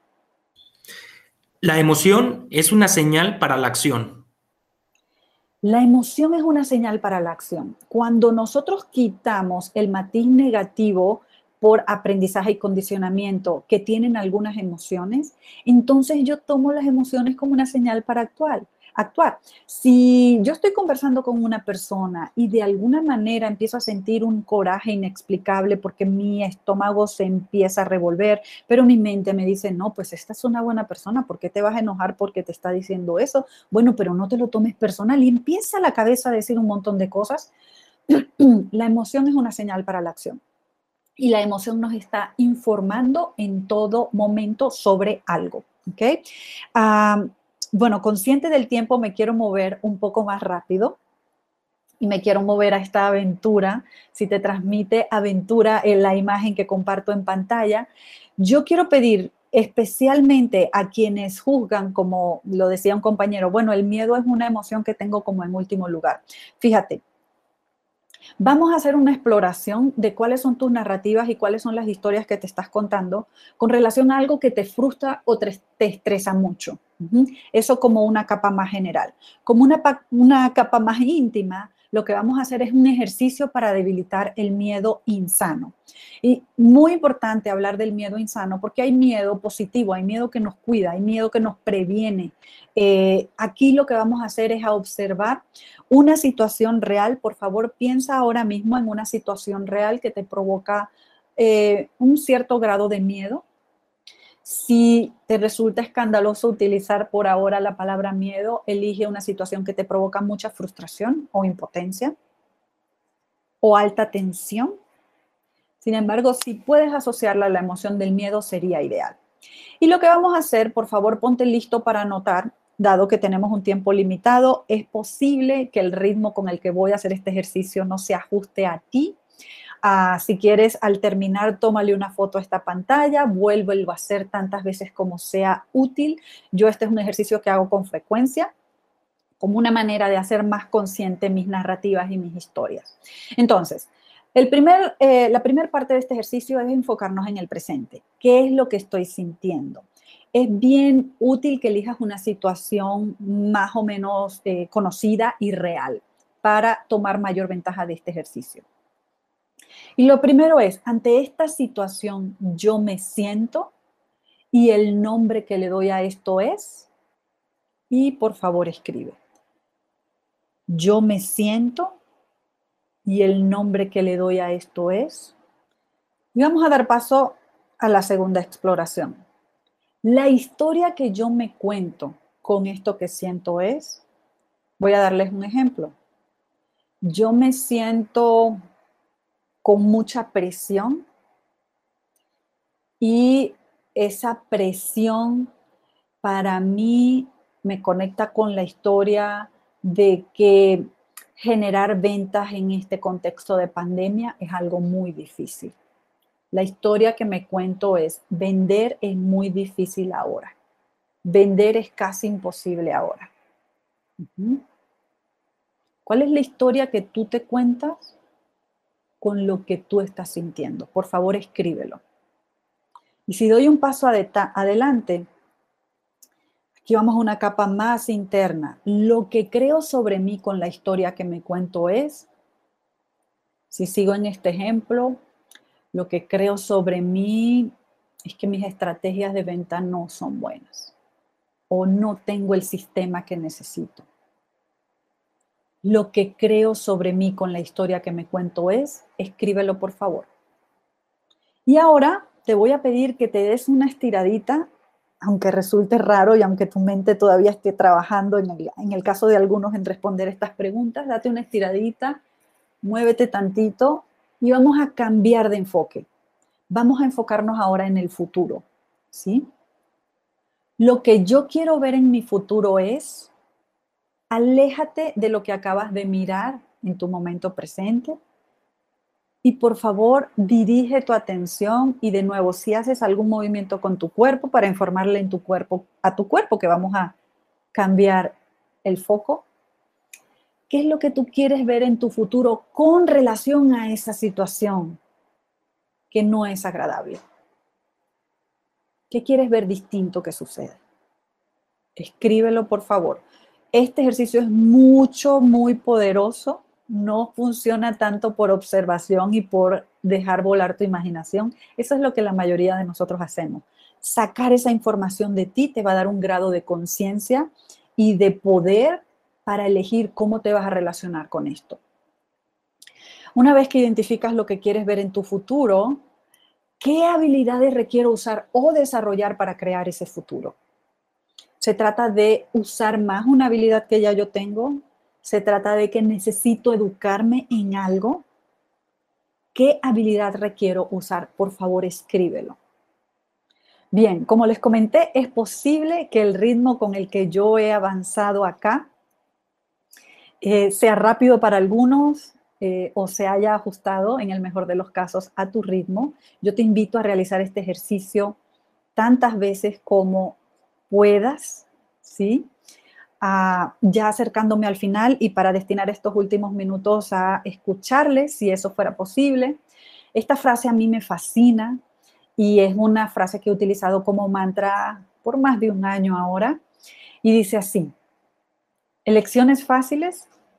La emoción es una señal para la acción. La emoción es una señal para la acción. Cuando nosotros quitamos el matiz negativo por aprendizaje y condicionamiento que tienen algunas emociones, entonces yo tomo las emociones como una señal para actuar. actuar. Si yo estoy conversando con una persona y de alguna manera empiezo a sentir un coraje inexplicable porque mi estómago se empieza a revolver, pero mi mente me dice, no, pues esta es una buena persona, ¿por qué te vas a enojar porque te está diciendo eso? Bueno, pero no te lo tomes personal y empieza la cabeza a decir un montón de cosas. La emoción es una señal para la acción y la emoción nos está informando en todo momento sobre algo, ¿ok? Um, Bueno, consciente del tiempo, me quiero mover un poco más rápido y me quiero mover a esta aventura. Si te transmite aventura en la imagen que comparto en pantalla, yo quiero pedir especialmente a quienes juzgan, como lo decía un compañero, bueno, el miedo es una emoción que tengo como en último lugar. Fíjate, vamos a hacer una exploración de cuáles son tus narrativas y cuáles son las historias que te estás contando con relación a algo que te frustra o te, te estresa mucho. Uh-huh. Eso como una capa más general. Como una, una capa más íntima, lo que vamos a hacer es un ejercicio para debilitar el miedo insano. Y muy importante hablar del miedo insano porque hay miedo positivo, hay miedo que nos cuida, hay miedo que nos previene. Eh, aquí lo que vamos a hacer es a observar una situación real. Por favor, piensa ahora mismo en una situación real que te provoca eh, un cierto grado de miedo. Si te resulta escandaloso utilizar por ahora la palabra miedo, elige una situación que te provoca mucha frustración o impotencia o alta tensión. Sin embargo, si puedes asociarla a la emoción del miedo, sería ideal. Y lo que vamos a hacer, por favor, ponte listo para anotar, dado que tenemos un tiempo limitado. Es posible que el ritmo con el que voy a hacer este ejercicio no se ajuste a ti. Uh, si quieres, al terminar, tómale una foto a esta pantalla, vuélvelo a hacer tantas veces como sea útil. Yo este es un ejercicio que hago con frecuencia, como una manera de hacer más consciente mis narrativas y mis historias. Entonces, el primer, eh, la primera parte de este ejercicio es enfocarnos en el presente. ¿Qué es lo que estoy sintiendo? Es bien útil que elijas una situación más o menos eh, conocida y real para tomar mayor ventaja de este ejercicio. Y lo primero es, ante esta situación yo me siento y el nombre que le doy a esto es, y por favor escribe. Yo me siento y el nombre que le doy a esto es. Y vamos a dar paso a la segunda exploración. La historia que yo me cuento con esto que siento es, voy a darles un ejemplo. Yo me siento con mucha presión y esa presión para mí me conecta con la historia de que generar ventas en este contexto de pandemia es algo muy difícil. La historia que me cuento es, vender es muy difícil ahora. Vender es casi imposible ahora. Uh-huh. ¿Cuál es la historia que tú te cuentas con lo que tú estás sintiendo? Por favor, escríbelo. Y si doy un paso adelante, aquí vamos a una capa más interna. Lo que creo sobre mí con la historia que me cuento es, si sigo en este ejemplo, lo que creo sobre mí es que mis estrategias de venta no son buenas o no tengo el sistema que necesito. Lo que creo sobre mí con la historia que me cuento es, escríbelo por favor. Y ahora te voy a pedir que te des una estiradita, aunque resulte raro y aunque tu mente todavía esté trabajando en el, en el caso de algunos en responder estas preguntas, date una estiradita, muévete tantito y vamos a cambiar de enfoque. Vamos a enfocarnos ahora en el futuro, ¿sí? Lo que yo quiero ver en mi futuro es, aléjate de lo que acabas de mirar en tu momento presente y por favor dirige tu atención y de nuevo si haces algún movimiento con tu cuerpo para informarle en tu cuerpo, a tu cuerpo que vamos a cambiar el foco. ¿Qué es lo que tú quieres ver en tu futuro con relación a esa situación que no es agradable? ¿Qué quieres ver distinto que sucede? Escríbelo por favor. Este ejercicio es mucho, muy poderoso. No funciona tanto por observación y por dejar volar tu imaginación. Eso es lo que la mayoría de nosotros hacemos. Sacar esa información de ti te va a dar un grado de conciencia y de poder para elegir cómo te vas a relacionar con esto. Una vez que identificas lo que quieres ver en tu futuro, ¿qué habilidades requiero usar o desarrollar para crear ese futuro? ¿Se trata de usar más una habilidad que ya yo tengo? ¿Se trata de que necesito educarme en algo? ¿Qué habilidad requiero usar? Por favor, escríbelo. Bien, como les comenté, es posible que el ritmo con el que yo he avanzado acá eh, sea rápido para algunos eh, o se haya ajustado, en el mejor de los casos, a tu ritmo. Yo te invito a realizar este ejercicio tantas veces como puedas, ¿sí? Uh, ya acercándome al final y para destinar estos últimos minutos a escucharles, si eso fuera posible. Esta frase a mí me fascina y es una frase que he utilizado como mantra por más de un año ahora y dice así: elecciones fáciles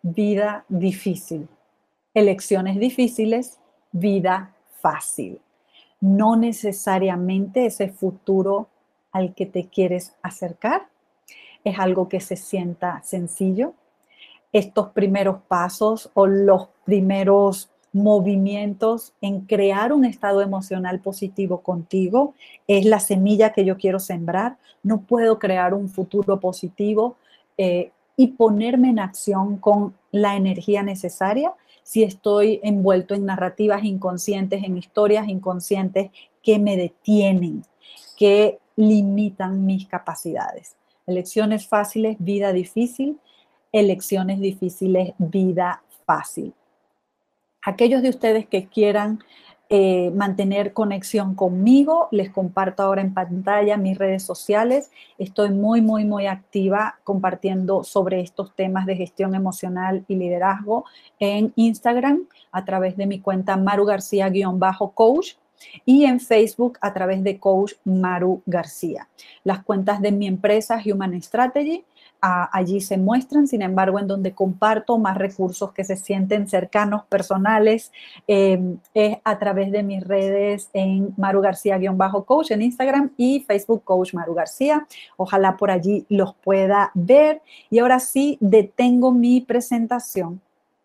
vida difícil. Elecciones difíciles, vida fácil. No necesariamente ese futuro al que te quieres acercar es algo que se sienta sencillo. Estos primeros pasos o los primeros movimientos en crear un estado emocional positivo contigo es la semilla que yo quiero sembrar. No puedo crear un futuro positivo eh, y ponerme en acción con la energía necesaria si estoy envuelto en narrativas inconscientes, en historias inconscientes que me detienen, que limitan mis capacidades. Elecciones fáciles, vida difícil. Elecciones difíciles, vida fácil. Aquellos de ustedes que quieran eh, mantener conexión conmigo, les comparto ahora en pantalla mis redes sociales. Estoy muy, muy, muy activa compartiendo sobre estos temas de gestión emocional y liderazgo en Instagram a través de mi cuenta Maru García-coach y en Facebook a través de Coach Maru García. Las cuentas de mi empresa Human Strategy, a, allí se muestran, sin embargo, en donde comparto más recursos que se sienten cercanos, personales, eh, es a través de mis redes en Maru García-coach en Instagram y Facebook Coach Maru García. Ojalá por allí los pueda ver. Y ahora sí, detengo mi presentación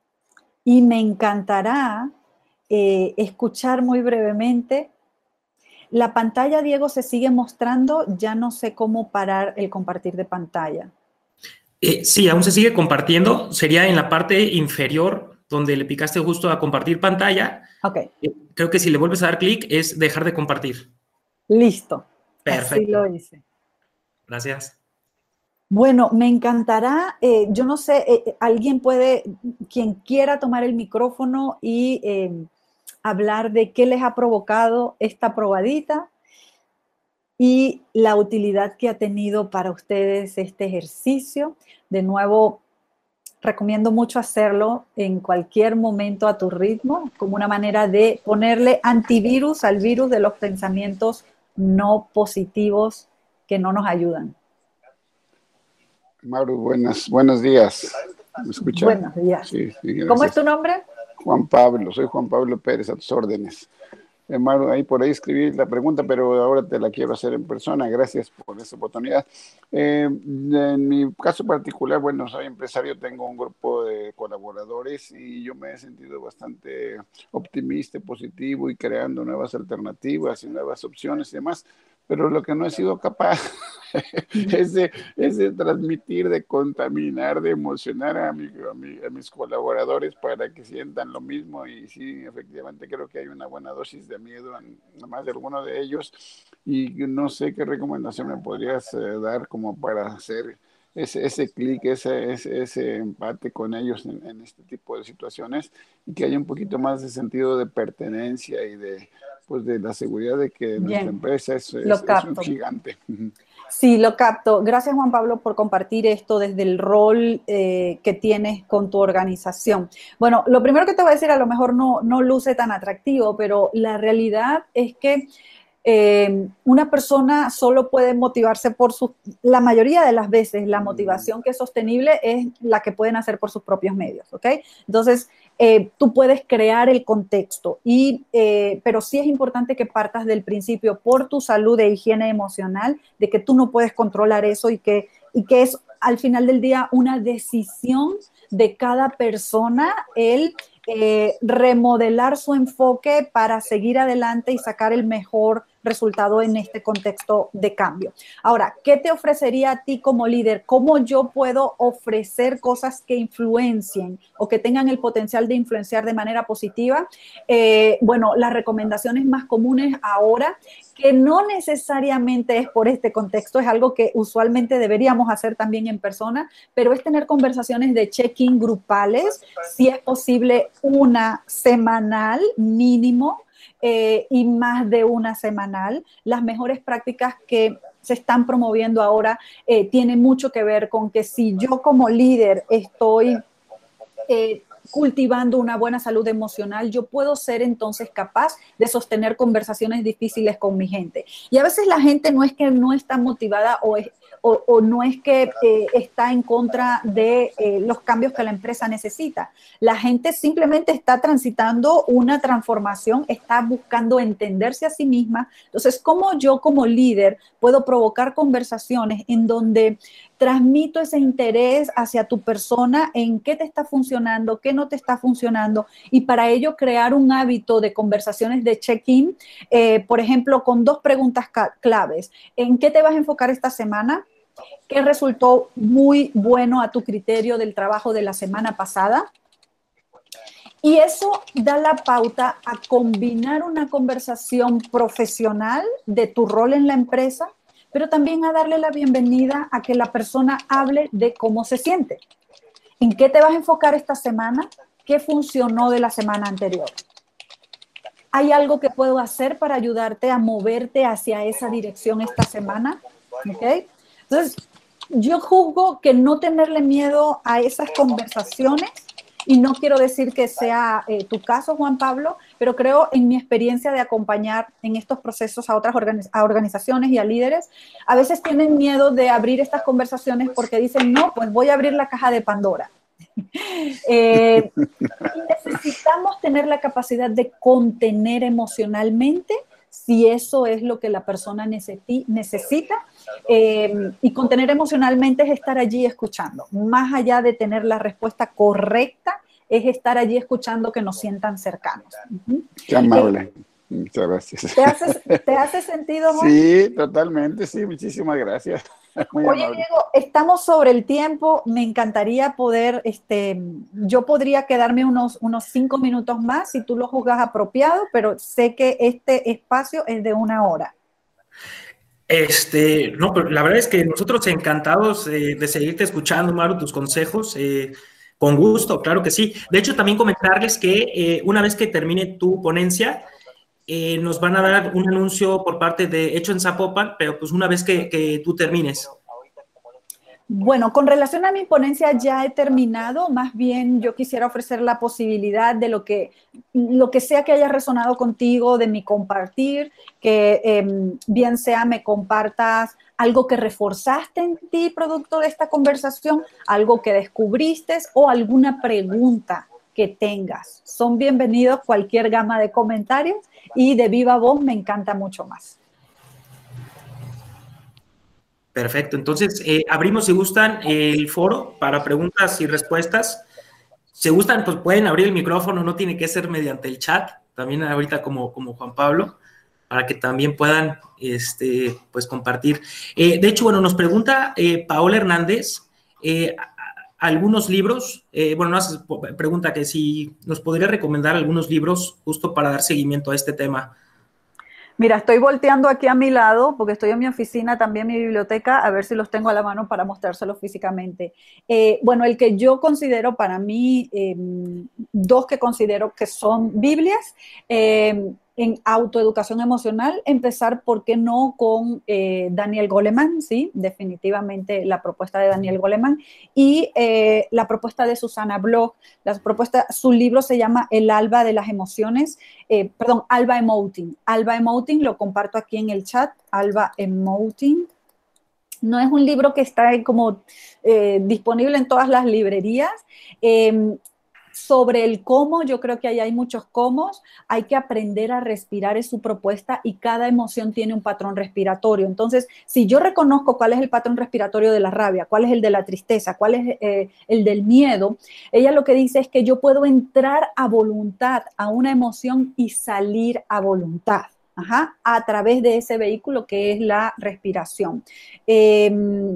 y me encantará eh, escuchar muy brevemente. La pantalla, Diego, se sigue mostrando. Ya no sé cómo parar el compartir de pantalla. Eh, sí, aún se sigue compartiendo. Sería en la parte inferior donde le picaste justo a compartir pantalla. Ok. Eh, creo que si le vuelves a dar clic es dejar de compartir. Listo. Perfecto. Así lo hice. Gracias. Bueno, me encantará. Eh, yo no sé, eh, alguien puede, quien quiera tomar el micrófono y eh, hablar de qué les ha provocado esta probadita y la utilidad que ha tenido para ustedes este ejercicio. De nuevo, recomiendo mucho hacerlo en cualquier momento a tu ritmo, como una manera de ponerle antivirus al virus de los pensamientos no positivos que no nos ayudan. Maru, buenas, buenos días. ¿Me escuchan? Buenos días. Sí, sí, ¿Cómo es tu nombre? Juan Pablo, soy Juan Pablo Pérez, a tus órdenes. Eh, Maru, ahí por ahí escribí la pregunta, pero ahora te la quiero hacer en persona. Gracias por esta oportunidad. Eh, en mi caso particular, bueno, soy empresario, tengo un grupo de colaboradores y yo me he sentido bastante optimista, positivo y creando nuevas alternativas y nuevas opciones y demás. Pero lo que no he sido capaz es, de, es de transmitir, de contaminar, de emocionar a, mi, a, mi, a mis colaboradores para que sientan lo mismo. Y sí, efectivamente creo que hay una buena dosis de miedo en, en más de alguno de ellos. Y no sé qué recomendación me podrías eh, dar como para hacer ese, ese clic, ese, ese, ese empate con ellos en, en este tipo de situaciones y que haya un poquito más de sentido de pertenencia y de... pues de la seguridad de que Bien. Nuestra empresa es, es, es un gigante. Sí, lo capto. Gracias, Juan Pablo, por compartir esto desde el rol eh, que tienes con tu organización. Bueno, lo primero que te voy a decir a lo mejor no, no luce tan atractivo, pero la realidad es que eh, una persona solo puede motivarse por sus... La mayoría de las veces la motivación que es sostenible es la que pueden hacer por sus propios medios, ¿ok? Entonces... Eh, tú puedes crear el contexto, y, eh, pero sí es importante que partas del principio por tu salud e higiene emocional, de que tú no puedes controlar eso y que, y que es al final del día una decisión de cada persona el eh, remodelar su enfoque para seguir adelante y sacar el mejor resultado en este contexto de cambio. Ahora, ¿qué te ofrecería a ti como líder? ¿Cómo yo puedo ofrecer cosas que influencien o que tengan el potencial de influenciar de manera positiva? Eh, bueno, las recomendaciones más comunes ahora, que no necesariamente es por este contexto, es algo que usualmente deberíamos hacer también en persona, pero es tener conversaciones de check-in grupales, si es posible una semanal mínimo, Eh, y más de una semanal. Las mejores prácticas que se están promoviendo ahora eh, tienen mucho que ver con que si yo como líder estoy eh, cultivando una buena salud emocional, yo puedo ser entonces capaz de sostener conversaciones difíciles con mi gente. Y a veces la gente no es que no está motivada o, es, o, o no es que eh, está en contra de eh, los cambios que la empresa necesita. La gente simplemente está transitando una transformación, está buscando entenderse a sí misma. Entonces, ¿cómo yo como líder puedo provocar conversaciones en donde transmito ese interés hacia tu persona en qué te está funcionando, qué no te está funcionando, y para ello crear un hábito de conversaciones de check-in, eh, por ejemplo, con dos preguntas claves? ¿En qué te vas a enfocar esta semana? ¿Qué resultó muy bueno a tu criterio del trabajo de la semana pasada? Y eso da la pauta a combinar una conversación profesional de tu rol en la empresa, pero también a darle la bienvenida a que la persona hable de cómo se siente. ¿En qué te vas a enfocar esta semana? ¿Qué funcionó de la semana anterior? ¿Hay algo que puedo hacer para ayudarte a moverte hacia esa dirección esta semana? ¿Okay? Entonces, yo juzgo que no tenerle miedo a esas conversaciones, y no quiero decir que sea eh, tu caso, Juan Pablo, pero creo en mi experiencia de acompañar en estos procesos a otras organiz a organizaciones y a líderes, a veces tienen miedo de abrir estas conversaciones porque dicen, no, pues voy a abrir la caja de Pandora. eh, necesitamos tener la capacidad de contener emocionalmente si eso es lo que la persona necesita, eh, y contener emocionalmente es estar allí escuchando, más allá de tener la respuesta correcta, es estar allí escuchando que nos sientan cercanos. Uh-huh. Qué amable. Eh, Muchas gracias. ¿Te hace, ¿te hace sentido, Juan? Sí, totalmente, sí, muchísimas gracias. Muy Oye, amable. Diego, estamos sobre el tiempo, me encantaría poder, este, yo podría quedarme unos, unos cinco minutos más si tú lo juzgas apropiado, pero sé que este espacio es de una hora. Este, no, pero la verdad es que nosotros encantados eh, de seguirte escuchando, Maru, tus consejos, eh, con gusto, claro que sí. De hecho, también comentarles que eh, una vez que termine tu ponencia, eh, nos van a dar un anuncio por parte de Hecho en Zapopan, pero pues una vez que, que tú termines. Bueno, con relación a mi ponencia ya he terminado, más bien yo quisiera ofrecer la posibilidad de lo que, lo que sea que haya resonado contigo, de mi compartir, que eh, bien sea me compartas algo que reforzaste en ti producto de esta conversación, algo que descubriste o alguna pregunta que tengas. Son bienvenidos cualquier gama de comentarios y de viva voz me encanta mucho más. Perfecto, entonces eh, abrimos, si gustan, el foro para preguntas y respuestas. Si gustan, pues pueden abrir el micrófono, no tiene que ser mediante el chat, también ahorita como, como Juan Pablo, para que también puedan este, pues compartir. Eh, de hecho, bueno, nos pregunta eh, Paola Hernández, eh, algunos libros, eh, bueno, nos pregunta que si nos podría recomendar algunos libros justo para dar seguimiento a este tema. Mira, estoy volteando aquí a mi lado, porque estoy en mi oficina, también mi biblioteca, a ver si los tengo a la mano para mostrárselos físicamente. Eh, bueno, el que yo considero para mí, eh, dos que considero que son Biblias, eh, en autoeducación emocional, empezar, ¿por qué no?, con eh, Daniel Goleman, sí, definitivamente la propuesta de Daniel Goleman, y eh, la propuesta de Susana Bloch. La propuesta, su libro se llama El Alba de las Emociones, eh, perdón, Alba Emoting. Alba Emoting, lo comparto aquí en el chat, Alba Emoting. No es un libro que está como eh, disponible en todas las librerías. Eh, Sobre el cómo, yo creo que ahí hay muchos cómo, hay que aprender a respirar, es su propuesta, y cada emoción tiene un patrón respiratorio. Entonces, si yo reconozco cuál es el patrón respiratorio de la rabia, cuál es el de la tristeza, cuál es eh, el del miedo, ella lo que dice es que yo puedo entrar a voluntad a una emoción y salir a voluntad. Ajá, a través de ese vehículo que es la respiración. Eh,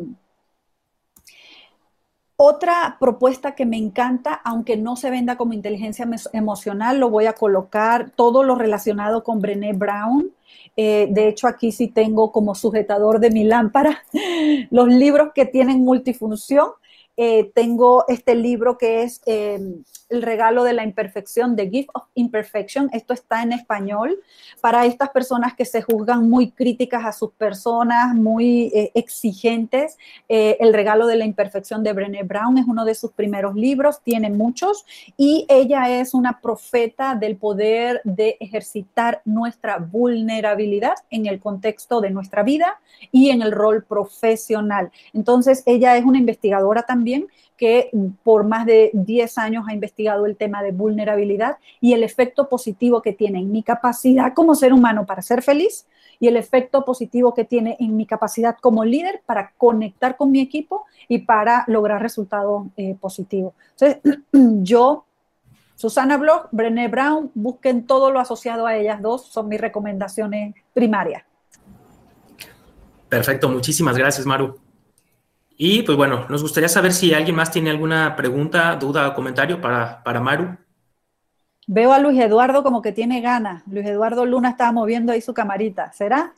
Otra propuesta que me encanta, aunque no se venda como inteligencia emocional, lo voy a colocar todo lo relacionado con Brené Brown. Eh, de hecho, aquí sí tengo como sujetador de mi lámpara los libros que tienen multifunción. Eh, tengo este libro que es eh, El regalo de la imperfección, The Gift of Imperfection. Esto está en español para estas personas que se juzgan muy críticas a sus personas, muy eh, exigentes. Eh, El regalo de la imperfección de Brené Brown es uno de sus primeros libros, tiene muchos, y ella es una profeta del poder de ejercitar nuestra vulnerabilidad en el contexto de nuestra vida y en el rol profesional. Entonces, ella es una investigadora también que por más de diez años ha investigado el tema de vulnerabilidad y el efecto positivo que tiene en mi capacidad como ser humano para ser feliz y el efecto positivo que tiene en mi capacidad como líder para conectar con mi equipo y para lograr resultados eh, positivos. Entonces, yo, Susana Bloch, Brené Brown, busquen todo lo asociado a ellas dos, son mis recomendaciones primarias. Perfecto, muchísimas gracias, Maru. Y pues bueno, nos gustaría saber si alguien más tiene alguna pregunta, duda o comentario para, para Maru. Veo a Luis Eduardo como que tiene ganas. Luis Eduardo Luna estaba moviendo ahí su camarita. ¿Será?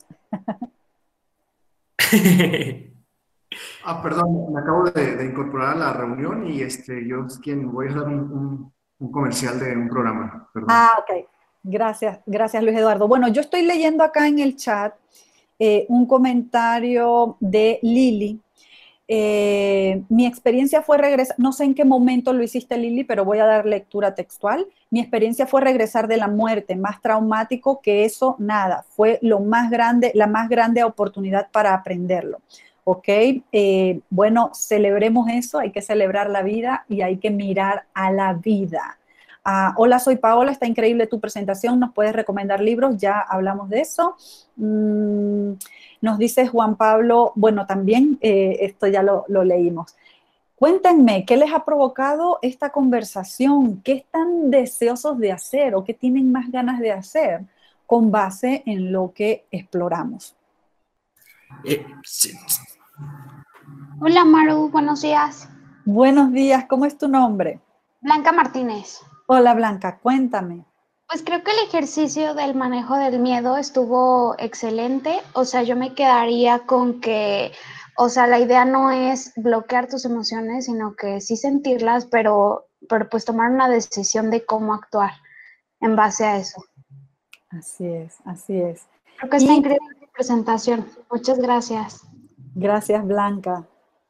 Ah, perdón, me acabo de, de incorporar a la reunión y este, yo es quien voy a dar un, un, un comercial de un programa. Perdón. Ah, ok. Gracias, gracias Luis Eduardo. Bueno, yo estoy leyendo acá en el chat eh, un comentario de Lili. Eh, mi experiencia fue regresar, no sé en qué momento lo hiciste Lili, pero voy a dar lectura textual. Mi experiencia fue regresar de la muerte, más traumático que eso, nada. Fue lo más grande, la más grande oportunidad para aprenderlo. ¿Ok? Eh, bueno, celebremos eso, hay que celebrar la vida y hay que mirar a la vida. Uh, hola, soy Paola, está increíble tu presentación, ¿nos puedes recomendar libros? Ya hablamos de eso. Mm, nos dice Juan Pablo, bueno, también eh, esto ya lo, lo leímos. Cuéntenme, ¿qué les ha provocado esta conversación? ¿Qué están deseosos de hacer o qué tienen más ganas de hacer con base en lo que exploramos? Eh, sí. Hola Maru, buenos días. Buenos días, ¿cómo es tu nombre? Blanca Martínez. Hola Blanca, cuéntame. Pues creo que el ejercicio del manejo del miedo estuvo excelente. O sea, yo me quedaría con que, o sea, la idea no es bloquear tus emociones, sino que sí sentirlas, pero, pero pues tomar una decisión de cómo actuar en base a eso. Así es, así es. Creo que está y... increíble tu presentación. Muchas gracias. Gracias, Blanca.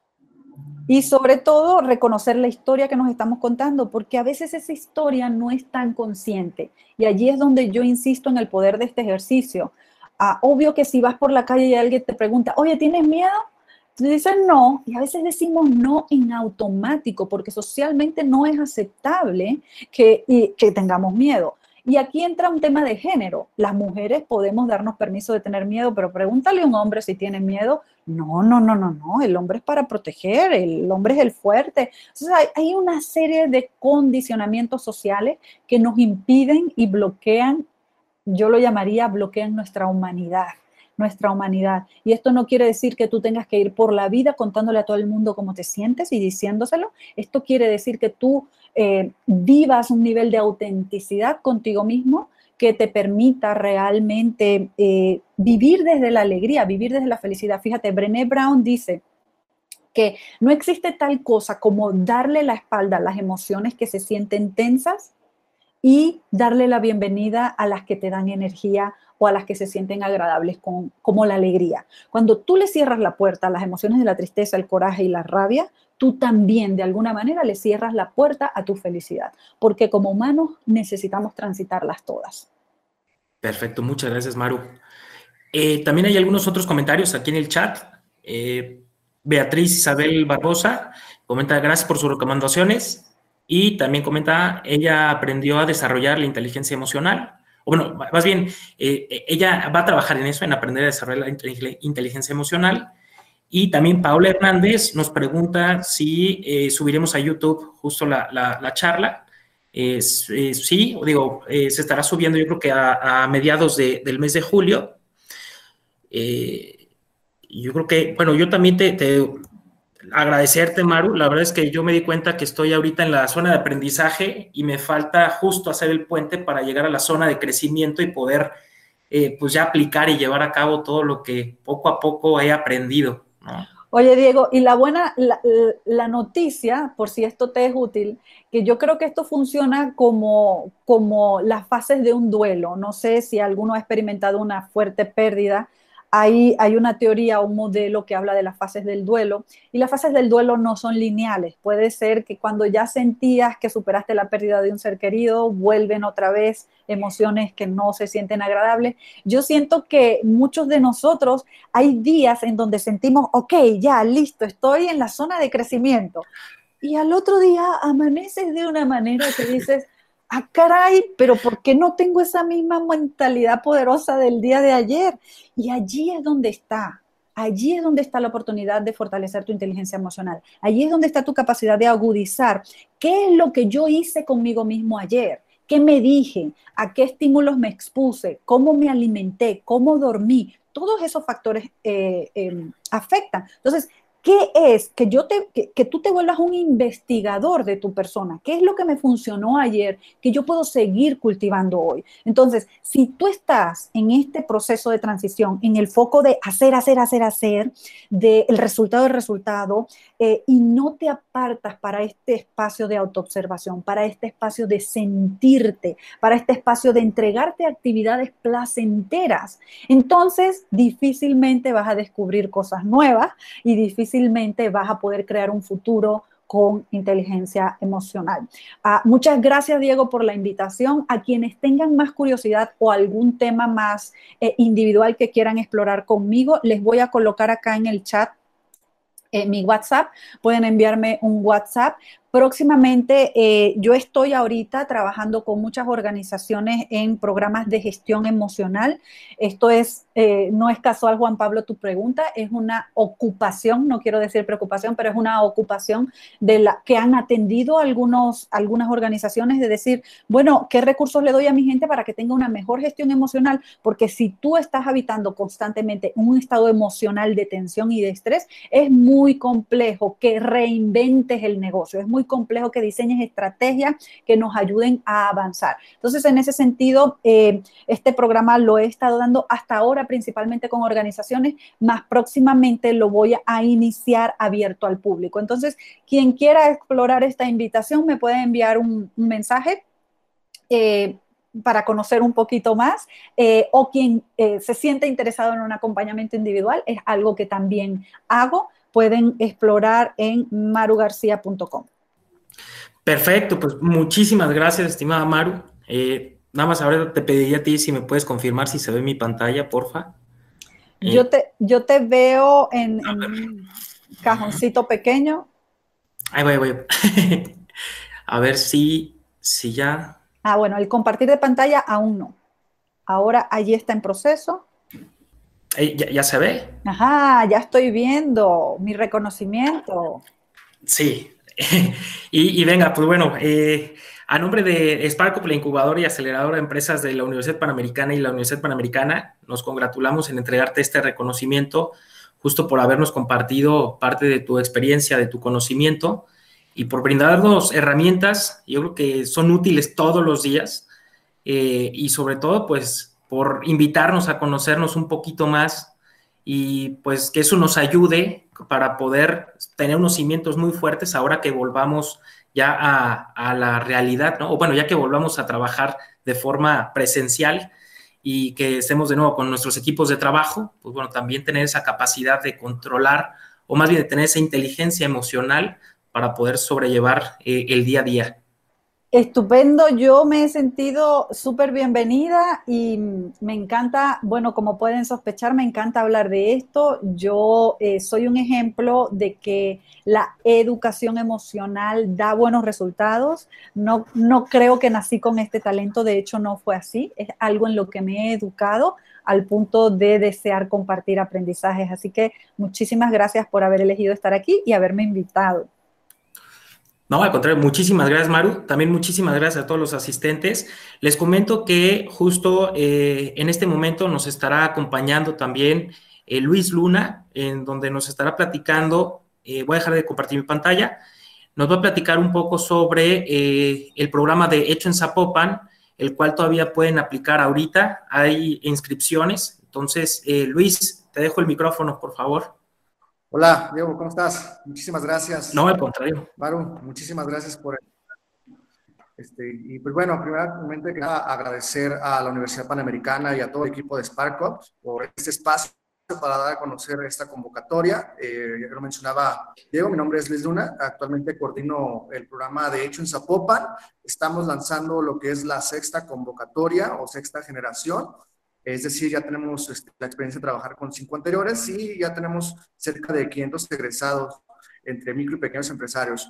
Y sobre todo, reconocer la historia que nos estamos contando, porque a veces esa historia no es tan consciente. Y allí es donde yo insisto en el poder de este ejercicio. Ah, obvio que si vas por la calle y alguien te pregunta, oye, ¿tienes miedo? Tú dices no, y a veces decimos no en automático, porque socialmente no es aceptable que, y, que tengamos miedo. Y aquí entra un tema de género. Las mujeres podemos darnos permiso de tener miedo, pero pregúntale a un hombre si tiene miedo. No, no, no, no, no. El hombre es para proteger, el hombre es el fuerte. Entonces hay, hay una serie de condicionamientos sociales que nos impiden y bloquean, yo lo llamaría bloquean nuestra humanidad. nuestra humanidad. Y esto no quiere decir que tú tengas que ir por la vida contándole a todo el mundo cómo te sientes y diciéndoselo. Esto quiere decir que tú eh, vivas un nivel de autenticidad contigo mismo que te permita realmente eh, vivir desde la alegría, vivir desde la felicidad. Fíjate, Brené Brown dice que no existe tal cosa como darle la espalda a las emociones que se sienten tensas y darle la bienvenida a las que te dan energía o a las que se sienten agradables, con, como la alegría. Cuando tú le cierras la puerta a las emociones de la tristeza, el coraje y la rabia, tú también de alguna manera le cierras la puerta a tu felicidad, porque como humanos necesitamos transitarlas todas. Perfecto, muchas gracias, Maru. Eh, también hay algunos otros comentarios aquí en el chat. Eh, Beatriz Isabel Barbosa comenta, gracias por sus recomendaciones. Y también comenta, ella aprendió a desarrollar la inteligencia emocional. O bueno, más bien, eh, ella va a trabajar en eso, en aprender a desarrollar la inteligencia emocional. Y también Paola Hernández nos pregunta si eh, subiremos a YouTube justo la, la, la charla. Eh, eh, sí, digo, eh, se estará subiendo yo creo que a, a mediados de, del mes de julio. Eh, yo creo que, bueno, yo también te... te agradecerte, Maru. La verdad es que yo me di cuenta que estoy ahorita en la zona de aprendizaje y me falta justo hacer el puente para llegar a la zona de crecimiento y poder eh, pues ya aplicar y llevar a cabo todo lo que poco a poco he aprendido, ¿no? Oye, Diego, y la buena, la, la noticia, por si esto te es útil, que yo creo que esto funciona como, como las fases de un duelo. No sé si alguno ha experimentado una fuerte pérdida. Hay, hay una teoría o un modelo que habla de las fases del duelo, y las fases del duelo no son lineales. Puede ser que cuando ya sentías que superaste la pérdida de un ser querido, vuelven otra vez emociones que no se sienten agradables. Yo siento que muchos de nosotros hay días en donde sentimos, ok, ya, listo, estoy en la zona de crecimiento. Y al otro día amaneces de una manera que dices, ah, caray, pero ¿por qué no tengo esa misma mentalidad poderosa del día de ayer? Y allí es donde está. Allí es donde está la oportunidad de fortalecer tu inteligencia emocional. Allí es donde está tu capacidad de agudizar. ¿Qué es lo que yo hice conmigo mismo ayer? ¿Qué me dije? ¿A qué estímulos me expuse? ¿Cómo me alimenté? ¿Cómo dormí? Todos esos factores eh, eh, afectan. Entonces, ¿qué es? Que, yo te, que, que tú te vuelvas un investigador de tu persona. ¿Qué es lo que me funcionó ayer que yo puedo seguir cultivando hoy? Entonces, si tú estás en este proceso de transición, en el foco de hacer, hacer, hacer, hacer, del resultado del resultado, eh, y no te apartas para este espacio de autoobservación, para este espacio de sentirte, para este espacio de entregarte actividades placenteras, entonces difícilmente vas a descubrir cosas nuevas y difícilmente Difícilmente vas a poder crear un futuro con inteligencia emocional. Uh, muchas gracias, Diego, por la invitación. A quienes tengan más curiosidad o algún tema más eh, individual que quieran explorar conmigo, les voy a colocar acá en el chat eh, mi WhatsApp. Pueden enviarme un WhatsApp. Próximamente, eh, yo estoy ahorita trabajando con muchas organizaciones en programas de gestión emocional. Esto es, eh, no es casual, Juan Pablo, tu pregunta, es una ocupación, no quiero decir preocupación, pero es una ocupación de la que han atendido algunos, algunas organizaciones de decir, bueno, ¿qué recursos le doy a mi gente para que tenga una mejor gestión emocional? Porque si tú estás habitando constantemente un estado emocional de tensión y de estrés, es muy complejo que reinventes el negocio, es muy complejo que diseñes estrategias que nos ayuden a avanzar. Entonces, en ese sentido, eh, este programa lo he estado dando hasta ahora principalmente con organizaciones, más próximamente lo voy a iniciar abierto al público. Entonces, quien quiera explorar esta invitación me puede enviar un, un mensaje eh, para conocer un poquito más, eh, o quien eh, se siente interesado en un acompañamiento individual, es algo que también hago, pueden explorar en maru garcía punto com. Perfecto, pues muchísimas gracias, estimada Maru. Eh, nada más ahora te pediría a ti si me puedes confirmar si se ve mi pantalla, porfa. Eh, yo, te, yo te veo en, en un cajoncito pequeño. Ahí voy, voy. A ver si, si ya... Ah, bueno, el compartir de pantalla aún no. Ahora allí está en proceso. Eh, ¿ya, ¿Ya se ve? Ajá, ya estoy viendo mi reconocimiento. Sí. y, y venga, pues bueno, eh, a nombre de Sparkup, la incubadora y aceleradora de empresas de la Universidad Panamericana y la Universidad Panamericana, nos congratulamos en entregarte este reconocimiento justo por habernos compartido parte de tu experiencia, de tu conocimiento y por brindarnos herramientas, yo creo que son útiles todos los días eh, y sobre todo, pues, por invitarnos a conocernos un poquito más y pues que eso nos ayude para poder tener unos cimientos muy fuertes ahora que volvamos ya a, a la realidad, ¿no? O bueno, ya que volvamos a trabajar de forma presencial y que estemos de nuevo con nuestros equipos de trabajo, pues bueno, también tener esa capacidad de controlar o más bien de tener esa inteligencia emocional para poder sobrellevar eh, el día a día. Estupendo, yo me he sentido súper bienvenida y me encanta, bueno, como pueden sospechar, me encanta hablar de esto. Yo eh, soy un ejemplo de que la educación emocional da buenos resultados. No, no creo que nací con este talento, de hecho no fue así, es algo en lo que me he educado al punto de desear compartir aprendizajes. Así que muchísimas gracias por haber elegido estar aquí y haberme invitado. No, al contrario, muchísimas gracias, Maru. También muchísimas gracias a todos los asistentes. Les comento que justo eh, en este momento nos estará acompañando también eh, Luis Luna, en donde nos estará platicando, eh, voy a dejar de compartir mi pantalla, nos va a platicar un poco sobre eh, el programa de Hecho en Zapopan, el cual todavía pueden aplicar ahorita. Hay inscripciones. Entonces, eh, Luis, te dejo el micrófono, por favor. Hola, Diego, ¿cómo estás? Muchísimas gracias. No, al contrario. Maru, muchísimas gracias por... Este, y pues bueno, primeramente quiero agradecer a la Universidad Panamericana y a todo el equipo de SparkUp por este espacio para dar a conocer esta convocatoria. Eh, ya lo mencionaba Diego, mi nombre es Luis Luna, actualmente coordino el programa de Hecho en Zapopan. Estamos lanzando lo que es la sexta convocatoria o sexta generación, es decir, ya tenemos este, la experiencia de trabajar con cinco anteriores y ya tenemos cerca de quinientos egresados entre micro y pequeños empresarios.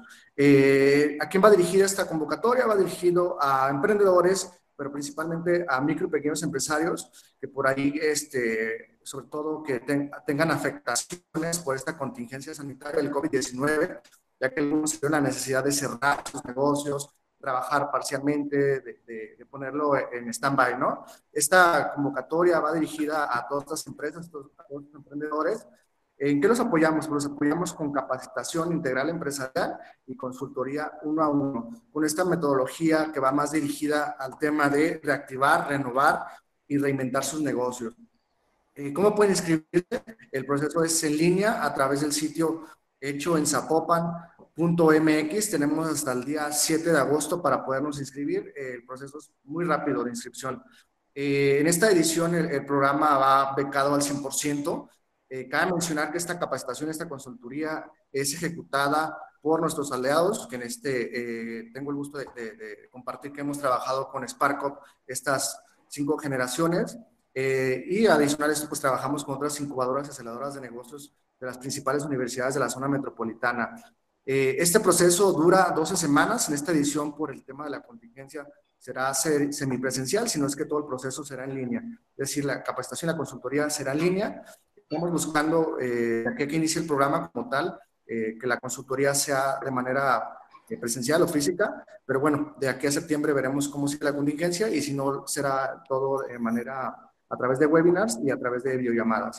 Eh, ¿A quién va dirigida esta convocatoria? Va dirigido a emprendedores, pero principalmente a micro y pequeños empresarios que por ahí, este, sobre todo, que ten, tengan afectaciones por esta contingencia sanitaria del COVID diecinueve, ya que algunos tienen la necesidad de cerrar sus negocios, trabajar parcialmente, de, de, de ponerlo en stand-by, ¿no? Esta convocatoria va dirigida a todas estas empresas, a todos los emprendedores. ¿En qué los apoyamos? Pues los apoyamos con capacitación integral empresarial y consultoría uno a uno, con esta metodología que va más dirigida al tema de reactivar, renovar y reinventar sus negocios. Eh, ¿Cómo pueden inscribirse? El proceso es en línea a través del sitio hecho en zapopan punto m x. Tenemos hasta el día siete de agosto para podernos inscribir. Eh, el proceso es muy rápido de inscripción. Eh, en esta edición el, el programa va becado al cien por ciento. Eh, cabe mencionar que esta capacitación, esta consultoría es ejecutada por nuestros aliados, que en este eh, tengo el gusto de, de, de compartir que hemos trabajado con SparkUp estas cinco generaciones eh, y adicional a esto pues trabajamos con otras incubadoras y aceleradoras de negocios de las principales universidades de la zona metropolitana. Eh, este proceso dura doce semanas. En esta edición, por el tema de la contingencia, será semipresencial, sino es que todo el proceso será en línea. Es decir, la capacitación y la consultoría será en línea. Estamos buscando eh, que, que inicie el programa como tal, eh, que la consultoría sea de manera eh, presencial o física, pero bueno, de aquí a septiembre veremos cómo sigue la contingencia y si no, será todo de manera a través de webinars y a través de videollamadas.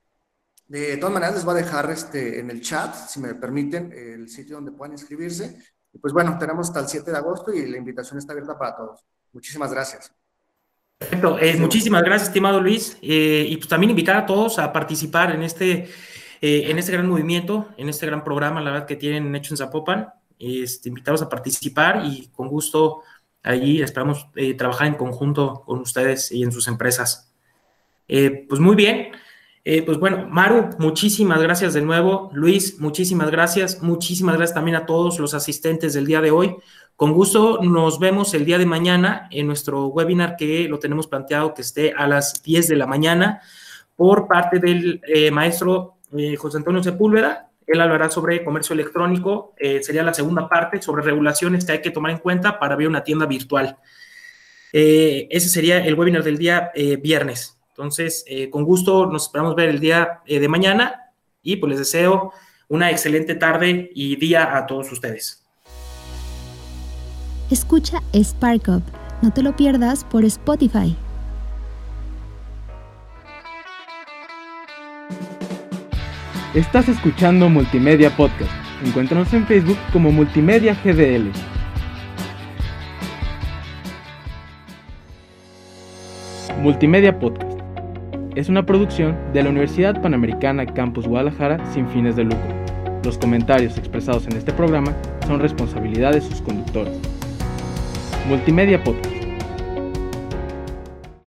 De todas maneras, les voy a dejar este, en el chat, si me permiten, el sitio donde puedan inscribirse. Y pues bueno, tenemos hasta el siete de agosto y la invitación está abierta para todos. Muchísimas gracias. Perfecto, eh, muchísimas gracias, estimado Luis, eh, y pues también invitar a todos a participar en este, eh, en este gran movimiento, en este gran programa, la verdad, que tienen hecho en Zapopan. Este, invitarlos a participar y con gusto allí esperamos eh, trabajar en conjunto con ustedes y en sus empresas. Eh, pues muy bien, eh, pues bueno, Maru, muchísimas gracias de nuevo. Luis, muchísimas gracias, muchísimas gracias también a todos los asistentes del día de hoy. Con gusto nos vemos el día de mañana en nuestro webinar que lo tenemos planteado que esté a las diez de la mañana por parte del eh, maestro eh, José Antonio Sepúlveda. Él hablará sobre comercio electrónico, eh, sería la segunda parte, sobre regulaciones que hay que tomar en cuenta para abrir una tienda virtual. Eh, ese sería el webinar del día eh, viernes. Entonces, eh, con gusto nos esperamos ver el día eh, de mañana y pues les deseo una excelente tarde y día a todos ustedes. Escucha SparkUp, no te lo pierdas por Spotify. Estás escuchando Multimedia Podcast. Encuéntranos en Facebook como Multimedia G D L. Multimedia Podcast es una producción de la Universidad Panamericana Campus Guadalajara sin fines de lucro. Los comentarios expresados en este programa son responsabilidad de sus conductores. Multimedia Podcast.